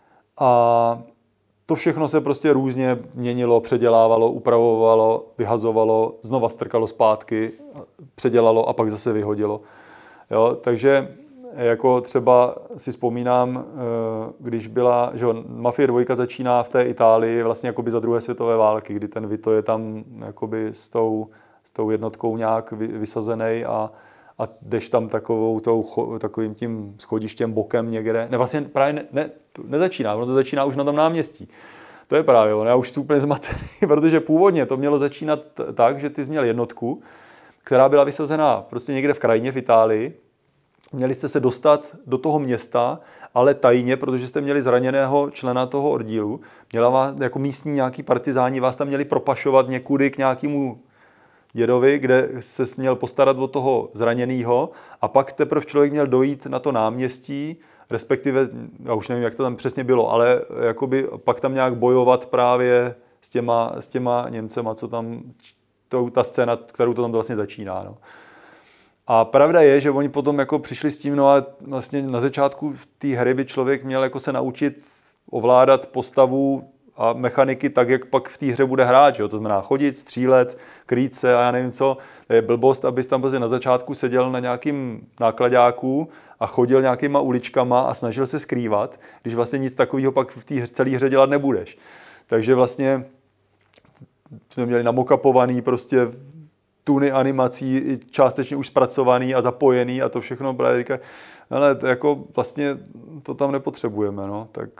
a to všechno se prostě různě měnilo, předělávalo, upravovalo, vyhazovalo, znova strkalo zpátky, předělalo a pak zase vyhodilo. Jo, takže jako třeba si vzpomínám, když byla, že Mafie dvojka začíná v té Itálii vlastně jakoby za druhé světové války, kdy ten Vito je tam jakoby s tou, s tou jednotkou nějak vysazený a, a jdeš tam takovou, tou, takovým tím schodištěm bokem někde. Ne, vlastně právě ne, ne, nezačíná, ono to začíná už na tom náměstí. To je právě ono, já už jsem úplně zmatený, protože původně to mělo začínat tak, že ty jsi měl jednotku, která byla vysazená prostě někde v krajině v Itálii. Měli jste se dostat do toho města, ale tajně, protože jste měli zraněného člena toho oddílu. Měla vás, jako místní nějaký partizáni vás tam měli propašovat někudy k nějakému dědovi, kde se měl postarat o toho zraněného a pak teprve člověk měl dojít na to náměstí, respektive, já už nevím, jak to tam přesně bylo, ale jakoby pak tam nějak bojovat právě s těma, s těma Němcema, co tam, to, ta scéna, kterou to tam vlastně začíná. No. A pravda je, že oni potom jako přišli s tím, no a vlastně na začátku té hry by člověk měl jako se naučit ovládat postavu a mechaniky tak, jak pak v té hře bude hrát, že jo? To znamená chodit, střílet, krýt se a já nevím co. To je blbost, abys tam prostě na začátku seděl na nějakým nákladáku a chodil nějakýma uličkama a snažil se skrývat, když vlastně nic takového pak v té celé hře dělat nebudeš. Takže vlastně jsme měli namokapovaný prostě tuny animací, částečně už zpracovaný a zapojený a to všechno právě říká, ale to jako vlastně to tam nepotřebujeme, no, tak,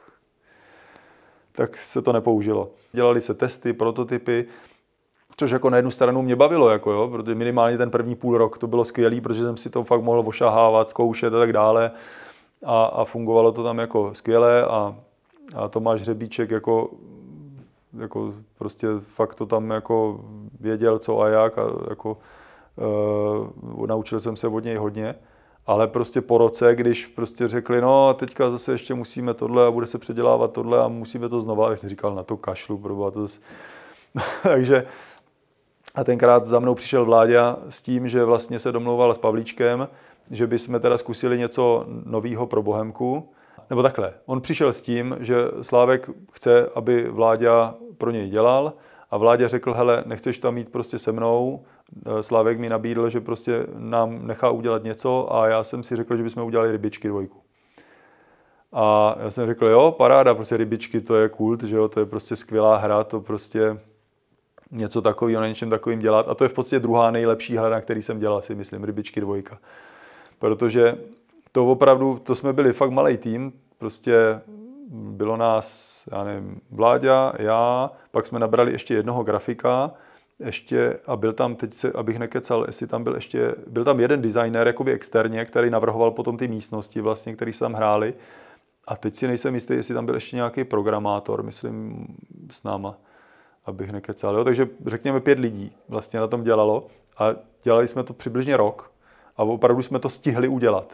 tak se to nepoužilo. Dělali se testy, prototypy, což jako na jednu stranu mě bavilo, jako jo, protože minimálně ten první půl rok to bylo skvělý, protože jsem si to fakt mohl ošahávat, zkoušet a tak dále a, a fungovalo to tam jako skvěle a, a Tomáš Hřebíček jako jako prostě fakt to tam jako věděl, co a jak a jako uh, naučil jsem se od něj hodně, ale prostě po roce, když prostě řekli, no teďka zase ještě musíme tohle a bude se předělávat tohle a musíme to znova, tak jsem říkal, na to kašlu, proboha, to z... takže a tenkrát za mnou přišel Vláďa s tím, že vlastně se domlouval s Pavlíčkem, že bychom teda zkusili něco novýho pro Bohemku. Nebo takhle, on přišel s tím, že Slávek chce, aby Vláďa pro něj dělal a Vláďa řekl, hele, nechceš tam mít prostě se mnou, Slávek mi nabídl, že prostě nám nechá udělat něco a já jsem si řekl, že bychom udělali Rybičky dvojku. A já jsem řekl, jo, paráda, prostě Rybičky, to je kult, že jo, to je prostě skvělá hra, to prostě něco takového, na něčem takovým dělat a to je v podstatě druhá nejlepší hra, na který jsem dělal, si myslím, Rybičky dvojka. Protože to opravdu, to jsme byli fakt malej tým, prostě bylo nás, já nevím, Vláďa, já, pak jsme nabrali ještě jednoho grafika, ještě, a byl tam, teď se, abych nekecal, jestli tam byl ještě, byl tam jeden designer, jakoby externě, který navrhoval potom ty místnosti vlastně, který se tam hráli a teď si nejsem jistý, jestli tam byl ještě nějaký programátor, myslím, s náma, abych nekecal, jo? Takže řekněme pět lidí vlastně na tom dělalo a dělali jsme to přibližně rok a opravdu jsme to stihli udělat.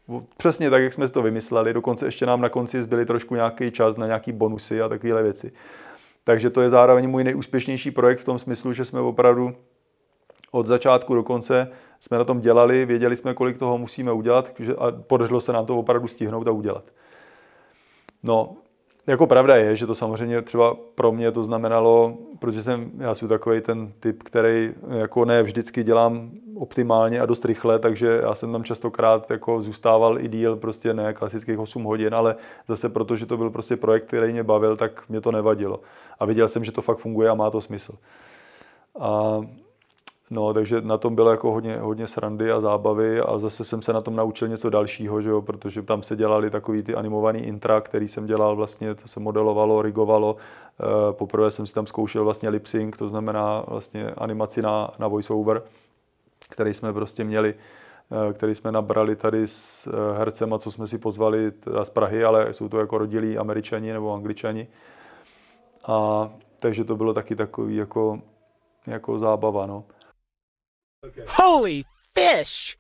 přesně tak, jak jsme si to vymysleli, dokonce ještě nám na konci zbyly trošku nějaký čas na nějaký bonusy a takovéhle věci. Takže to je zároveň můj nejúspěšnější projekt v tom smyslu, že jsme opravdu od začátku do konce jsme na tom dělali, věděli jsme, kolik toho musíme udělat a podařilo se nám to opravdu stihnout a udělat. No, jako pravda je, že to samozřejmě třeba pro mě to znamenalo, protože jsem, já jsem takový ten typ, který jako ne vždycky dělám optimálně a dost rychle, takže já jsem tam častokrát jako zůstával i díl, prostě ne klasických osm hodin, ale zase protože to byl prostě projekt, který mě bavil, tak mě to nevadilo. A viděl jsem, že to fakt funguje a má to smysl. A no, takže na tom bylo jako hodně, hodně srandy a zábavy a zase jsem se na tom naučil něco dalšího, že jo, protože tam se dělali takový ty animovaný intra, který jsem dělal vlastně, to se modelovalo, rigovalo. Poprvé jsem si tam zkoušel vlastně lip sync, to znamená vlastně animaci na, na voiceover, který jsme prostě měli, který jsme nabrali tady s hercema, co jsme si pozvali teda z Prahy, ale jsou to jako rodilí Američani nebo Angličani. A takže to bylo taky takový jako, jako zábava, no. Okay. Holy fish!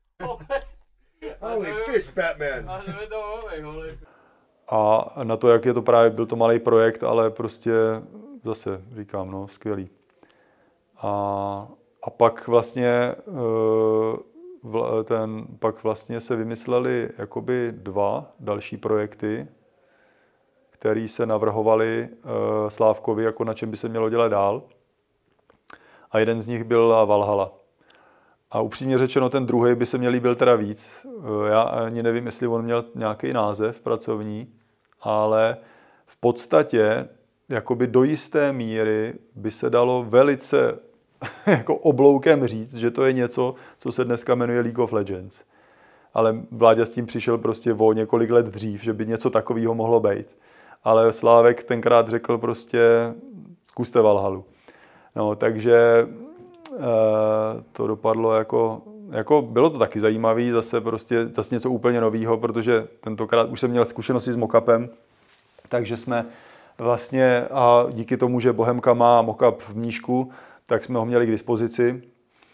Holy fish, Batman! A na to, jak je to právě, byl to malý projekt, ale prostě zase říkám, no, skvělý. A, a pak vlastně ten, pak vlastně se vymysleli jakoby dva další projekty, které se navrhovaly Slávkovi, jako na čem by se mělo dělat dál. A jeden z nich byl Valhalla. A upřímně řečeno, ten druhý by se mě líbil teda víc. Já ani nevím, jestli on měl nějaký název pracovní, ale v podstatě jakoby do jisté míry by se dalo velice jako obloukem říct, že to je něco, co se dneska jmenuje League of Legends. Ale Vláďa s tím přišel prostě o několik let dřív, že by něco takového mohlo být. Ale Slávek tenkrát řekl prostě zkuste Valhalu. No, takže to dopadlo jako, jako, bylo to taky zajímavý, zase prostě zase něco úplně novýho, protože tentokrát už jsem měl zkušenosti s mockupem, takže jsme vlastně, a díky tomu, že Bohemka má mockup v Mníšku, tak jsme ho měli k dispozici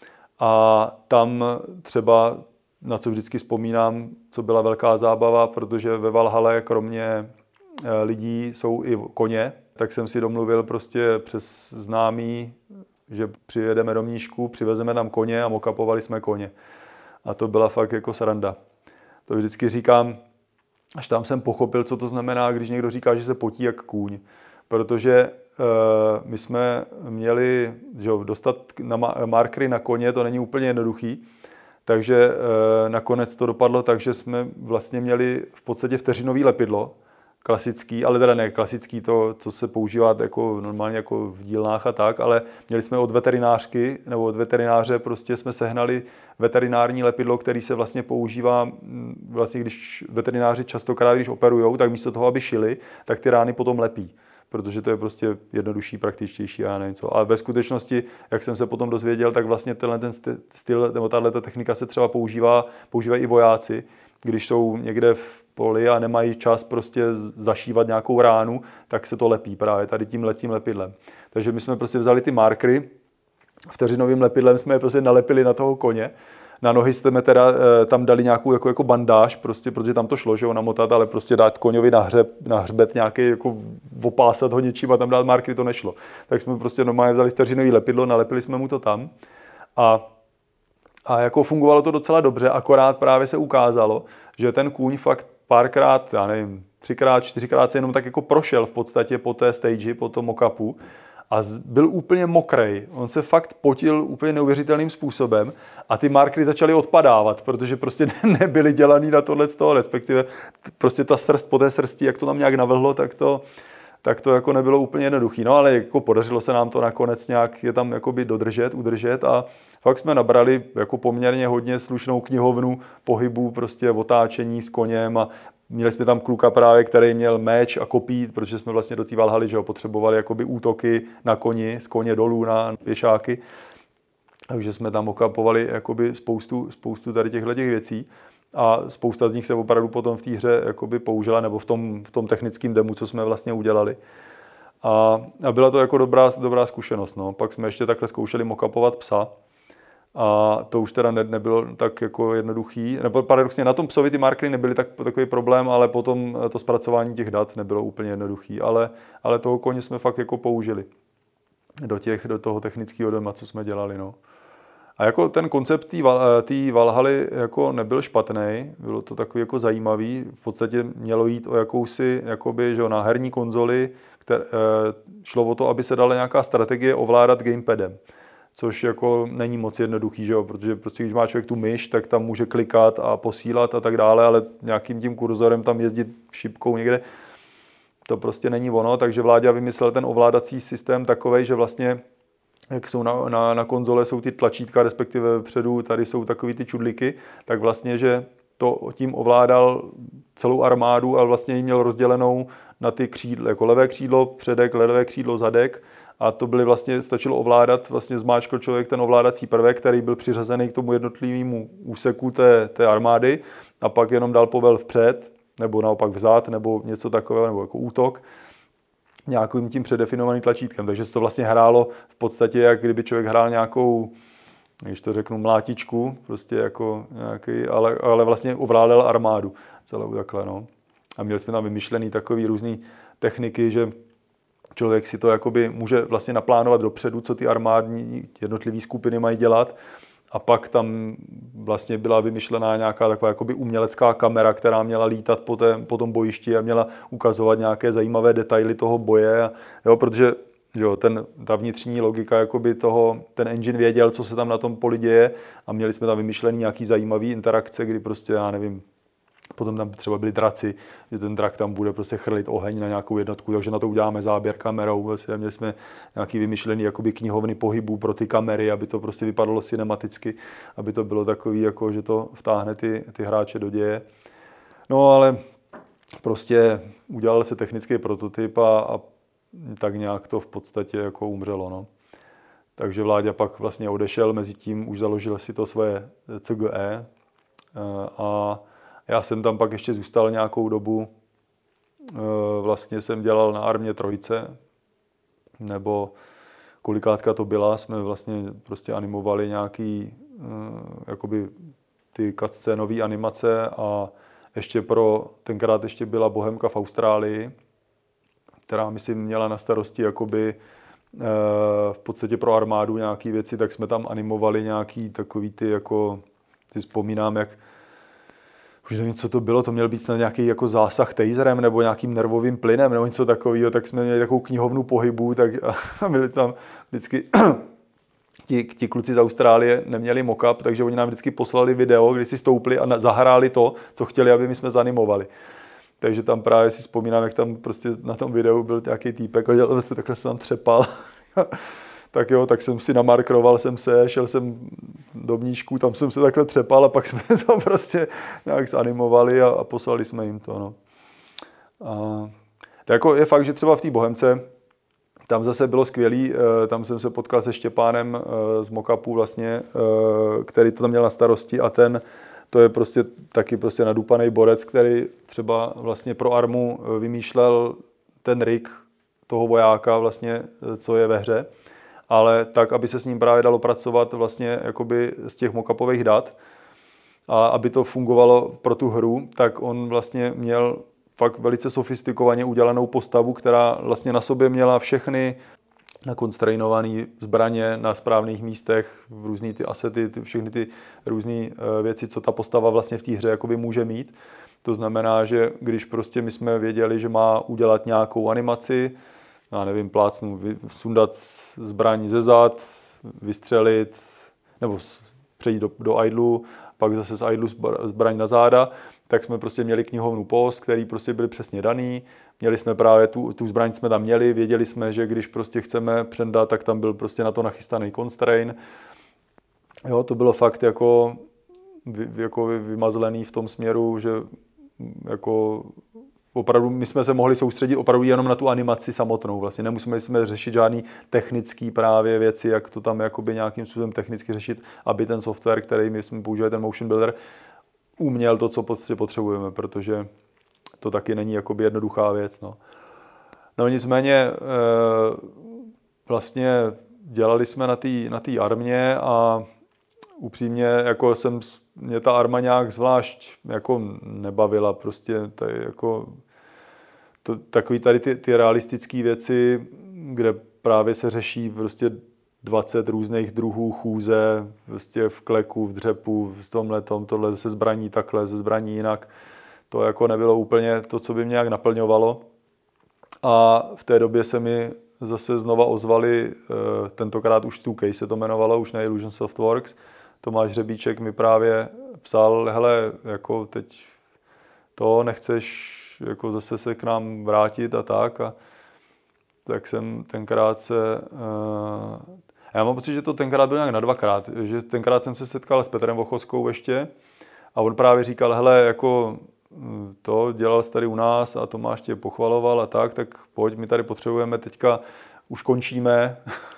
a tam třeba, na co vždycky vzpomínám, co byla velká zábava, protože ve Valhalle kromě lidí jsou i koně, tak jsem si domluvil prostě přes známý, že přijedeme do Mníšku, přivezeme tam koně a mockupovali jsme koně. A to byla fakt jako sranda. To vždycky říkám, až tam jsem pochopil, co to znamená, když někdo říká, že se potí jak kůň. Protože e, my jsme měli, že dostat na markery na koně, to není úplně jednoduchý. Takže e, nakonec to dopadlo tak, že jsme vlastně měli v podstatě vteřinový lepidlo, klasický, ale teda ne klasický, to, co se používá jako normálně jako v dílnách a tak, ale měli jsme od veterinářky nebo od veterináře prostě jsme sehnali veterinární lepidlo, který se vlastně používá, vlastně když veterináři častokrát, když operujou, tak místo toho, aby šili, tak ty rány potom lepí, protože to je prostě jednodušší, praktičtější a nevím co. A ve skutečnosti, jak jsem se potom dozvěděl, tak vlastně tenhle ten styl, nebo tato technika se třeba používá, používají i vojáci, když jsou někde v poli a nemají čas prostě zašívat nějakou ránu, tak se to lepí právě tady tím letím lepidlem. Takže my jsme prostě vzali ty markery, vteřinovým lepidlem jsme je prostě nalepili na toho koně. Na nohy jsme teda e, tam dali nějakou jako, jako bandáž, prostě, protože tam to šlo, že ho namotat, ale prostě dát koňovi na, hřeb, na hřbet nějaký, jako opásat ho něčím a tam dát markery, to nešlo. Tak jsme prostě normálně vzali vteřinový lepidlo, nalepili jsme mu to tam a A jako fungovalo to docela dobře, akorát právě se ukázalo, že ten kůň fakt párkrát, já nevím, třikrát, čtyřikrát se jenom tak jako prošel v podstatě po té stage, po tom mockupu a byl úplně mokrej. On se fakt potil úplně neuvěřitelným způsobem a ty markery začaly odpadávat, protože prostě nebyly dělaný na tohle z toho, respektive prostě ta srst po té srsti, jak to tam nějak navlhlo, tak to, tak to jako nebylo úplně jednoduchý. No ale jako podařilo se nám to nakonec nějak je tam jakoby dodržet, udržet a fakt jsme nabrali jako poměrně hodně slušnou knihovnu pohybů, prostě otáčení s koněm a měli jsme tam kluka právě, který měl meč a kopít, protože jsme vlastně do té Valhaly, že ho potřebovali jakoby útoky na koni, z koně dolů na pěšáky. Takže jsme tam okapovali jakoby spoustu, spoustu tady těchto těch věcí a spousta z nich se opravdu potom v té hře jakoby použila nebo v tom, v tom technickém demu, co jsme vlastně udělali. A, a byla to jako dobrá, dobrá zkušenost. No. Pak jsme ještě takhle zkoušeli mockupovat psa. A to už teda ne, nebylo tak jako jednoduchý. Nebo paradoxně na tom psovi ty markery nebyly tak, takový problém, ale potom to zpracování těch dat nebylo úplně jednoduchý. Ale, ale toho koně jsme fakt jako použili do, těch, do toho technického dema, co jsme dělali. No. A jako ten koncept té Valhaly jako nebyl špatný, bylo to takový jako zajímavý. V podstatě mělo jít o jakousi jakoby, že na herní konzoli, které, šlo o to, aby se dala nějaká strategie ovládat gamepadem. Což jako není moc jednoduchý, že jo? Protože prostě, když má člověk tu myš, tak tam může klikat a posílat a tak dále, ale nějakým tím kurzorem tam jezdit šipkou někde, to prostě není ono, takže Vláďa vymyslel ten ovládací systém takovej, že vlastně jak jsou na, na, na konzole, jsou ty tlačítka, respektive vpředu, tady jsou takový ty čudliky, tak vlastně, že to tím ovládal celou armádu, ale vlastně ji měl rozdělenou na ty křídla, jako levé křídlo, předek, levé křídlo, zadek. A to byly vlastně, stačilo ovládat, vlastně zmáčkl člověk ten ovládací prvek, který byl přiřazený k tomu jednotlivému úseku té, té armády a pak jenom dal povel vpřed, nebo naopak vzad, nebo něco takového, nebo jako útok, nějakým tím předefinovaným tlačítkem. Takže se to vlastně hrálo v podstatě, jak kdyby člověk hrál nějakou, když to řeknu, mlátičku, prostě jako nějaký, ale, ale vlastně ovládal armádu celou takhle, no. A měli jsme tam vymyšlený takový různý techniky, že člověk si to jakoby může vlastně naplánovat dopředu, co ty armádní jednotlivé skupiny mají dělat. A pak tam vlastně byla vymyšlená nějaká taková jakoby umělecká kamera, která měla lítat po, té, po tom bojišti a měla ukazovat nějaké zajímavé detaily toho boje. Jo, protože jo, ten, ta vnitřní logika jakoby toho, ten engine věděl, co se tam na tom poli děje a měli jsme tam vymyšlený nějaký zajímavý interakce, kdy prostě, já nevím, potom tam třeba byli draci, že ten drak tam bude prostě chrlit oheň na nějakou jednotku, takže na to uděláme záběr kamerou. Vlastně měli jsme nějaký vymyšlený jakoby knihovny pohybů pro ty kamery, aby to prostě vypadalo cinematicky, aby to bylo takový, jako, že to vtáhne ty, ty hráče do děje. No ale prostě udělal se technický prototyp a, a tak nějak to v podstatě jako umřelo. No. Takže Vláďa pak vlastně odešel, mezi tím už založil si to svoje C G E a já jsem tam pak ještě zůstal nějakou dobu, vlastně jsem dělal na Armě trojce, nebo kolikátka to byla, jsme vlastně prostě animovali nějaký, jakoby ty cutscénové animace a ještě pro, tenkrát ještě byla Bohemka v Austrálii, která myslím měla na starosti jakoby v podstatě pro armádu nějaký věci, tak jsme tam animovali nějaký takový ty jako, si vzpomínám, jak už nevím, co to bylo, to měl být snad nějaký jako zásah taserem nebo nějakým nervovým plynem nebo něco takového, tak jsme měli takovou knihovnu pohybů, tak a byli tam vždycky ti, ti kluci z Austrálie neměli mock-up, takže oni nám vždycky poslali video, kdy si stoupli a na, zahráli to, co chtěli, aby my jsme zanimovali. Takže tam právě si vzpomínám, jak tam prostě na tom videu byl nějaký týpek a dělal se takhle se tam třepal. Tak jo, tak jsem si namarkroval jsem se, šel jsem do mnížku, tam jsem se takhle třepal a pak jsme to prostě nějak zanimovali a, a poslali jsme jim to. No. A, to jako je fakt, že třeba v té Bohemce, tam zase bylo skvělý, tam jsem se potkal se Štěpánem z Mockupu vlastně, který to tam měl na starosti a ten, to je prostě taky prostě nadupaný borec, který třeba vlastně pro armu vymýšlel ten rig toho vojáka vlastně, co je ve hře, ale tak, aby se s ním právě dalo pracovat vlastně jakoby z těch mockupových dat a aby to fungovalo pro tu hru, tak on vlastně měl fakt velice sofistikovaně udělanou postavu, která vlastně na sobě měla všechny nakonstrainované zbraně na správných místech, v různý ty asety, ty, všechny ty různé věci, co ta postava vlastně v té hře jakoby může mít. To znamená, že když prostě my jsme věděli, že má udělat nějakou animaci, já nevím, plácnu, sundat zbraň ze zad, vystřelit, nebo přejít do, do idlu, pak zase z idlu zbraň na záda, tak jsme prostě měli knihovnu post, který prostě byly přesně daný. Měli jsme právě tu, tu zbraň jsme tam měli, věděli jsme, že když prostě chceme přendat, tak tam byl prostě na to nachystaný constraint. Jo, to bylo fakt jako, jako vymazlený v tom směru, že jako opravdu my jsme se mohli soustředit opravdu jenom na tu animaci samotnou. Vlastně nemusíme jsme řešit žádný technický právě věci, jak to tam jakoby nějakým způsobem technicky řešit, aby ten software, který my jsme používali, ten Motion Builder, uměl to, co potřebujeme, protože to taky není jakoby jednoduchá věc. No, no nicméně vlastně dělali jsme na té na té armě a upřímně jako jsem, mě ta Arma nějak zvlášť jako nebavila, prostě tady jako to, takový tady ty, ty realistické věci, kde právě se řeší prostě dvacet různých druhů chůze, prostě v kleku, v dřepu, v tomhle, tom, tohle se zbraní takhle, ze zbraní jinak. To jako nebylo úplně to, co by mě nějak naplňovalo. A v té době se mi zase znova ozvali, tentokrát už two K se to jmenovalo, už ne Illusion Softworks. Tomáš Řebíček mi právě psal, hele, jako teď to nechceš jako zase se k nám vrátit a tak. A tak jsem tenkrát se... Já mám pocit, že to tenkrát bylo nějak na dvakrát, že tenkrát jsem se setkal s Petrem Vochoskou ještě a on právě říkal, hele, jako to dělal jsi tady u nás a Tomáš tě pochvaloval a tak, tak pojď, my tady potřebujeme teďka, už končíme,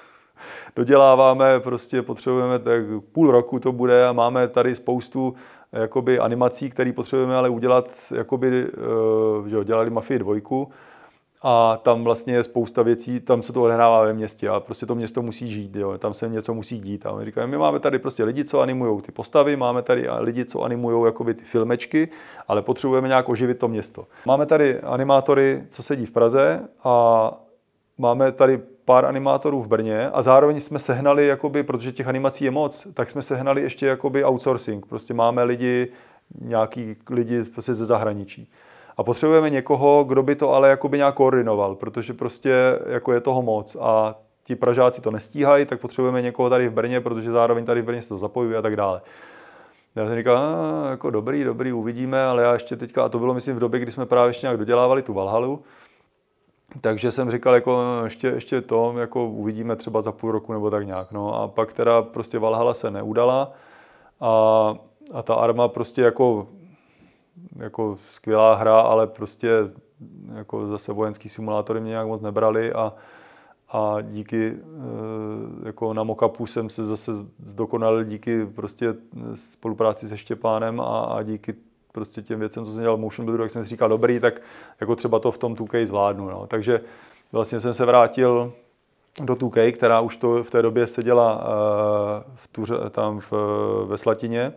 doděláváme, prostě potřebujeme, tak půl roku to bude a máme tady spoustu jakoby animací, které potřebujeme ale udělat, jakoby, že jo, dělali Mafii dvojku, a tam vlastně je spousta věcí, tam se to odehrává ve městě a prostě to město musí žít, jo, tam se něco musí dít. A my říkáme, my máme tady prostě lidi, co animujou ty postavy, máme tady lidi, co animujou jakoby ty filmečky, ale potřebujeme nějak oživit to město. Máme tady animátory, co sedí v Praze a máme tady pár animátorů v Brně a zároveň jsme sehnali, jakoby, protože těch animací je moc, tak jsme sehnali ještě jakoby outsourcing. Prostě máme lidi, nějaký lidi prostě ze zahraničí. A potřebujeme někoho, kdo by to ale jakoby nějak koordinoval, protože prostě jako je toho moc a ti Pražáci to nestíhají, tak potřebujeme někoho tady v Brně, protože zároveň tady v Brně se to zapojují a tak dále. Já jsem říkal, jako dobrý, dobrý, uvidíme, ale já ještě teďka, a to bylo myslím v době, kdy jsme právě ještě nějak dodělávali tu Valhalu, takže jsem říkal, jako ještě, ještě to, jako uvidíme třeba za půl roku nebo tak nějak. No a pak teda prostě Valhala se neudala a, a ta Arma prostě jako jako skvělá hra, ale prostě jako zase vojenský simulátory mě nějak moc nebrali a, a díky jako na mockupu jsem se zase zdokonalil díky prostě spolupráci se Štěpánem a, a díky prostě těm věcem, co jsem dělal v Motion Builderu, jak jsem si říkal, dobrý, tak jako třeba to v tom two K zvládnu. No. Takže vlastně jsem se vrátil do two K, která už to v té době seděla v tuře, tam v, ve Slatině.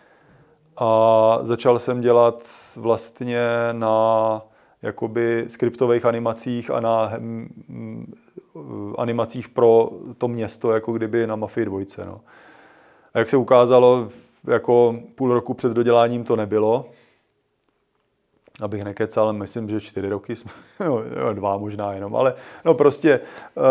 A začal jsem dělat vlastně na jakoby skriptových animacích a na hm, animacích pro to město, jako kdyby na Mafii dvojce. No. A jak se ukázalo, jako půl roku před doděláním to nebylo. Abych nekecal, myslím, že čtyři roky, jsme, no, dva možná jenom, ale no prostě,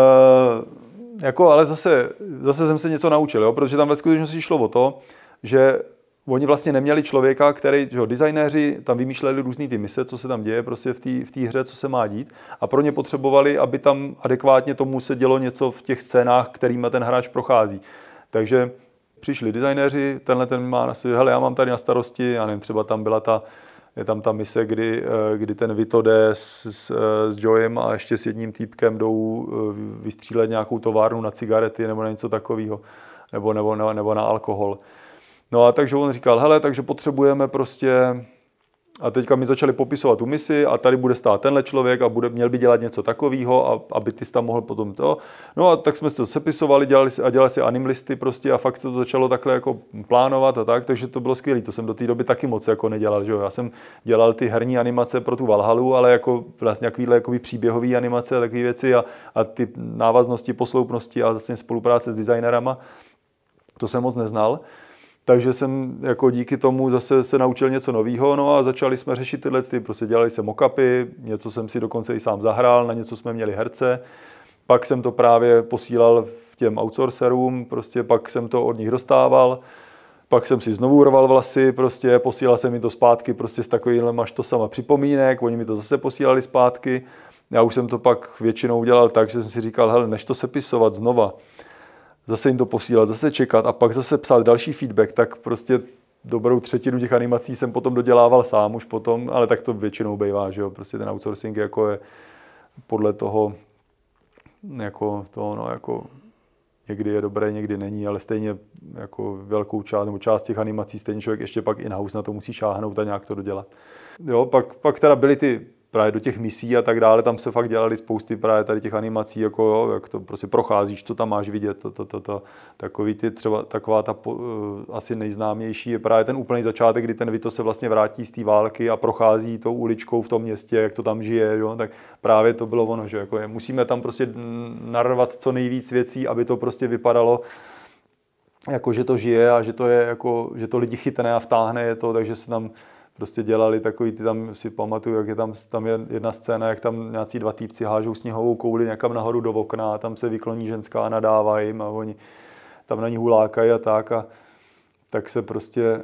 uh, jako, ale zase, zase jsem se něco naučil, jo, protože tam ve skutečnosti šlo o to, že oni vlastně neměli člověka, který, že jo, designéři tam vymýšleli různý ty mise, co se tam děje prostě v té v té hře, co se má dít. A pro ně potřebovali, aby tam adekvátně tomu se dělo něco v těch scénách, kterými ten hráč prochází. Takže přišli designéři, tenhle ten má na si, hele, já mám tady na starosti, já nevím, třeba tam byla ta, je tam ta mise, kdy, kdy ten Vito jde s, s, s Joyem a ještě s jedním týpkem jdou vystřílet nějakou továrnu na cigarety nebo na něco takového, nebo, nebo, nebo, nebo na alkohol. No a takže on říkal, hele, takže potřebujeme prostě, a teďka mi začali popisovat tu misi a tady bude stát tenhle člověk a bude, měl by dělat něco takového, a, aby ty tam mohl potom to. No a tak jsme to sepisovali dělali si, a dělali si animlisty prostě a fakt se to začalo takhle jako plánovat a tak, takže to bylo skvělé. To jsem do té doby taky moc jako nedělal, že jo. Já jsem dělal ty herní animace pro tu Valhalu, ale jako vlastně nějakýhle jakoby příběhové animace a takové věci a, a ty návaznosti, posloupnosti a vlastně spolupráce s designérama, to jsem moc neznal. Takže jsem jako díky tomu zase se naučil něco nového, no a začali jsme řešit tyhle, ty, prostě dělali se mockupy, něco jsem si dokonce i sám zahrál, na něco jsme měli herce, pak jsem to právě posílal těm outsourcerům, prostě pak jsem to od nich dostával, pak jsem si znovu urval vlasy, prostě posílal jsem mi to zpátky prostě s takovýmhle maštosama připomínek, oni mi to zase posílali zpátky, já už jsem to pak většinou dělal tak, že jsem si říkal, hele, než to sepisovat znova, zase jim to posílat, zase čekat a pak zase psát další feedback, tak prostě dobrou třetinu těch animací jsem potom dodělával sám už potom, ale tak to většinou bývá, že jo, prostě ten outsourcing jako je podle toho, jako to, no, jako někdy je dobré, někdy není, ale stejně jako velkou část, nebo část těch animací stejně člověk ještě pak in-house na to musí šáhnout a nějak to dodělat. Jo, pak, pak teda byly ty právě do těch misí a tak dále, tam se fakt dělali spousty právě tady těch animací, jako jo, jak to prostě procházíš, co tam máš vidět, to, to, to, to. Takový ty třeba, taková ta uh, asi nejznámější je právě ten úplný začátek, kdy ten Vito se vlastně vrátí z té války a prochází tou uličkou v tom městě, jak to tam žije, jo, tak právě to bylo ono, že jako je, musíme tam prostě narvat co nejvíc věcí, aby to prostě vypadalo jako, že to žije a že to je jako, že to lidi chytne a vtáhne je to, takže se tam prostě dělali takový, ty tam si pamatuju, jak je tam, tam je jedna scéna, jak tam nějací dva týpci hážou sněhovou kouli někam nahoru do okna a tam se vykloní ženská a nadává jim a oni tam na ní hulákají a tak a tak se prostě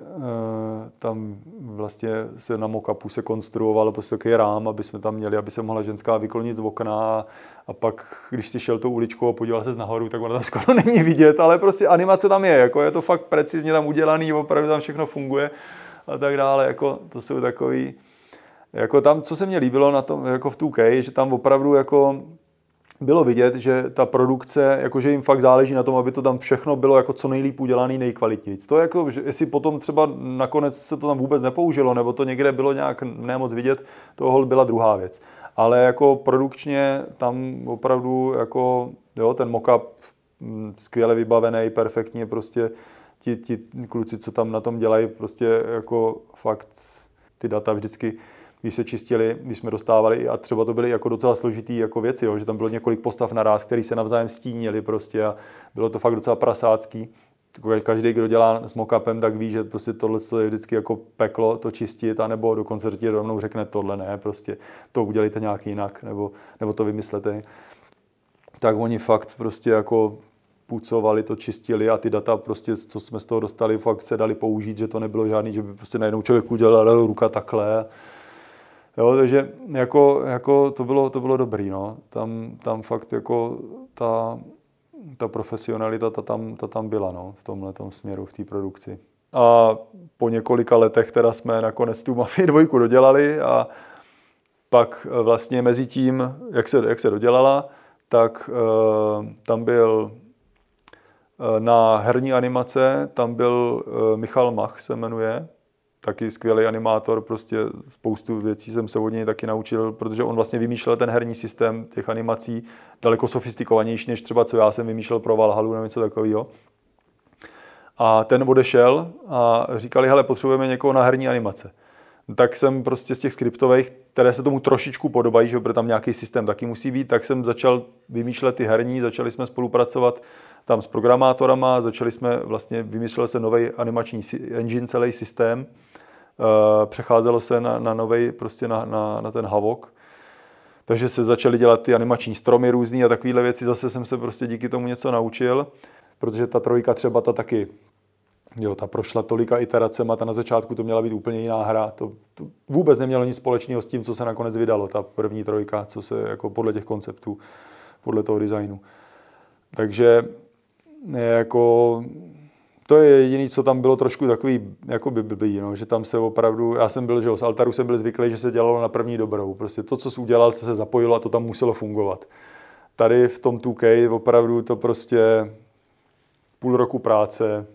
tam vlastně se na mock-upu se konstruoval prostě takový rám, aby jsme tam měli, aby se mohla ženská vyklonit z okna a, a pak, když si šel tou uličkou a podíval se nahoru, tak ona tam skoro není vidět, ale prostě animace tam je, jako je to fakt precizně tam udělaný, opravdu tam všechno funguje a tak dále, jako to jsou takový, jako tam, co se mně líbilo na tom, jako v two K, že tam opravdu jako bylo vidět, že ta produkce, jakože jim fakt záleží na tom, aby to tam všechno bylo jako co nejlíp udělaný, nejkvalitnější. To jako, že jestli potom třeba nakonec se to tam vůbec nepoužilo, nebo to někde bylo nějak nemoc vidět, toho byla druhá věc. Ale jako produkčně tam opravdu jako, jo, ten mock-up skvěle vybavený, perfektně prostě ti, ti kluci, co tam na tom dělají, prostě jako fakt ty data vždycky, když se čistili, když jsme dostávali, a třeba to byly jako docela složitý jako věci, jo, že tam bylo několik postav naráz, které se navzájem stínily prostě a bylo to fakt docela prasácký. Každý, kdo dělá s mock-upem, tak ví, že prostě tohle je vždycky jako peklo to čistit, anebo dokonce ti rovnou řekne tohle ne, prostě to udělejte nějak jinak, nebo, nebo to vymyslete. Tak oni fakt prostě jako pucovali, to čistili a ty data prostě, co jsme z toho dostali, fakt se dali použít, že to nebylo žádný, že by prostě najednou člověk udělal ruka takhle. Jo, takže jako, jako to, bylo, to bylo dobrý, no. Tam, tam fakt jako ta, ta profesionalita ta tam, ta tam byla, no, v tomhletom směru, v té produkci. A po několika letech teda jsme nakonec tu Mafii dvojku dodělali a pak vlastně mezi tím, jak se, jak se dodělala, tak uh, tam byl uh, na herní animace, tam byl uh, Michal Mach se jmenuje, taky skvělý animátor, prostě spoustu věcí jsem se od něj taky naučil, protože on vlastně vymýšlel ten herní systém těch animací daleko sofistikovanější, než třeba co já jsem vymýšlel pro Valhalu nebo něco takového. A ten odešel a říkali, hele, potřebujeme někoho na herní animace. Tak jsem prostě z těch skriptových, které se tomu trošičku podobají, že protože tam nějaký systém taky musí být, tak jsem začal vymýšlet ty herní, začali jsme spolupracovat tam s programátorama, začali jsme vlastně, vymýšlel se nový animační engine, celý systém, přecházelo se na, na novej, prostě na, na, na ten Havok. Takže se začaly dělat ty animační stromy různý a takovéhle věci, zase jsem se prostě díky tomu něco naučil, protože ta trojka třeba ta taky, jo, ta prošla tolika iteracema, ta na začátku to měla být úplně jiná hra, to, to vůbec nemělo nic společného s tím, co se nakonec vydalo, ta první trojka, co se jako podle těch konceptů, podle toho designu. Takže jako to je jediné, co tam bylo trošku takový jako by blbý, no, že tam se opravdu, já jsem byl, že jo, z Altaru jsem byl zvyklý, že se dělalo na první dobrou, prostě to, co jsi udělal, co se zapojilo a to tam muselo fungovat. Tady v tom two K opravdu to prostě půl roku práce,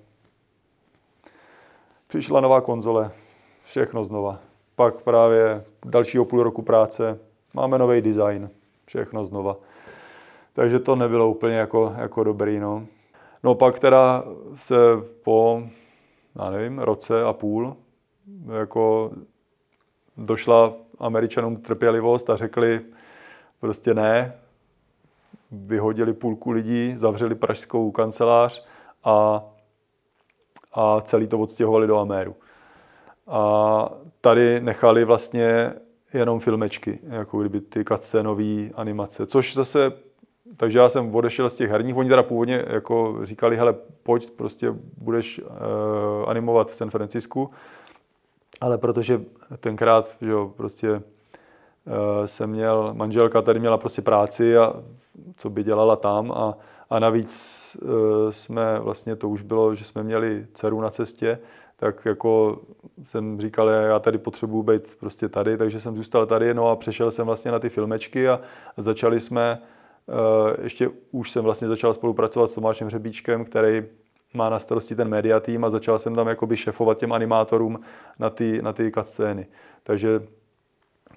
přišla nová konzole, všechno znova. Pak právě dalšího půl roku práce, máme nový design, všechno znova. Takže to nebylo úplně jako, jako dobrý, no. No pak teda se po, já nevím, roce a půl jako došla Američanům trpělivost a řekli prostě ne, vyhodili půlku lidí, zavřeli pražskou kancelář a, a celý to odstěhovali do Améru. A tady nechali vlastně jenom filmečky, jako kdyby ty cutscenový animace, což zase. Takže já jsem odešel z těch herních, oni teda původně jako říkali, hele, pojď, prostě budeš uh, animovat v San Francisku, ale protože tenkrát, že jo, prostě uh, jsem měl, manželka tady měla prostě práci a co by dělala tam a, a navíc uh, jsme vlastně, to už bylo, že jsme měli dceru na cestě, tak jako jsem říkal, já tady potřebuji být prostě tady, takže jsem zůstal tady, no a přešel jsem vlastně na ty filmečky a začali jsme. Ještě už jsem vlastně začal spolupracovat s Tomášem Hřebíčkem, který má na starosti ten media tým a začal jsem tam jakoby šefovat těm animátorům na ty, na ty cutscény. Takže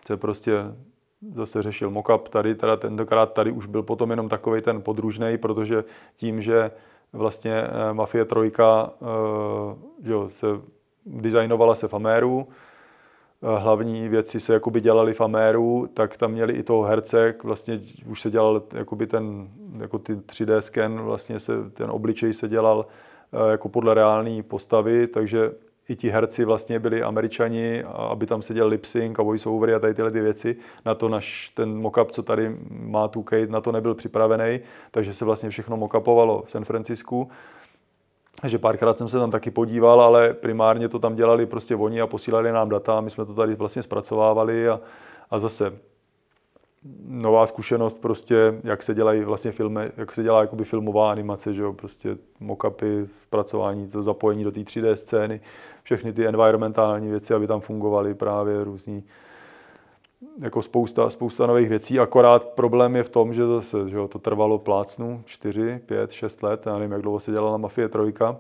se prostě zase řešil mock-up tady, teda tentokrát tady už byl potom jenom takovej ten podružnej, protože tím, že vlastně Mafie trojka, že jo, se designovala se v Améru, hlavní věci se jakoby dělaly v Améru, tak tam měli i toho herce, vlastně už se dělal jakoby ten, jako ty tři dé sken, vlastně se, ten obličej se dělal jako podle reální postavy, takže i ti herci vlastně byli Američani, aby tam se dělal lip sync a voice-overy a tady tyhle ty věci. Na to naš ten mock-up, co tady má two K, na to nebyl připravený, takže se vlastně všechno mock-upovalo v San Francisku. Takže párkrát jsem se tam taky podíval, ale primárně to tam dělali prostě oni a posílali nám data a my jsme to tady vlastně zpracovávali a, a zase nová zkušenost prostě, jak se dělají vlastně filmy, jak se dělá jakoby filmová animace, že jo, prostě mock-upy, zpracování, to zapojení do té tři dé scény, všechny ty environmentální věci, aby tam fungovaly právě různý, jako spousta, spousta nových věcí, akorát problém je v tom, že zase, že jo, to trvalo plácnu čtyři, pět, šest let, já nevím, jak dlouho se dělala Mafie trojka.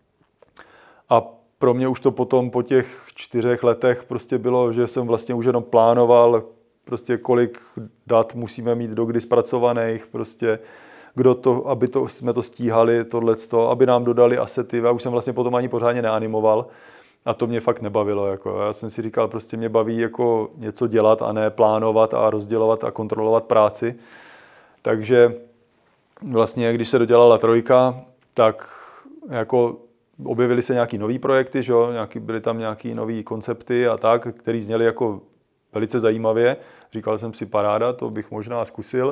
A pro mě už to potom po těch čtyřech letech prostě bylo, že jsem vlastně už jenom plánoval, prostě kolik dat musíme mít dokdy zpracovaných, prostě kdo to, aby to, jsme to stíhali, tohleto, aby nám dodali asety. Já už jsem vlastně potom ani pořádně neanimoval a to mě fakt nebavilo. Jako. Já jsem si říkal, prostě mě baví jako něco dělat a ne plánovat a rozdělovat a kontrolovat práci. Takže vlastně, když se dodělala trojka, tak jako objevily se nějaký nový projekty, že? Nějaký, byly tam nějaký nový koncepty a tak, které zněly jako velice zajímavě. Říkal jsem si paráda, to bych možná zkusil.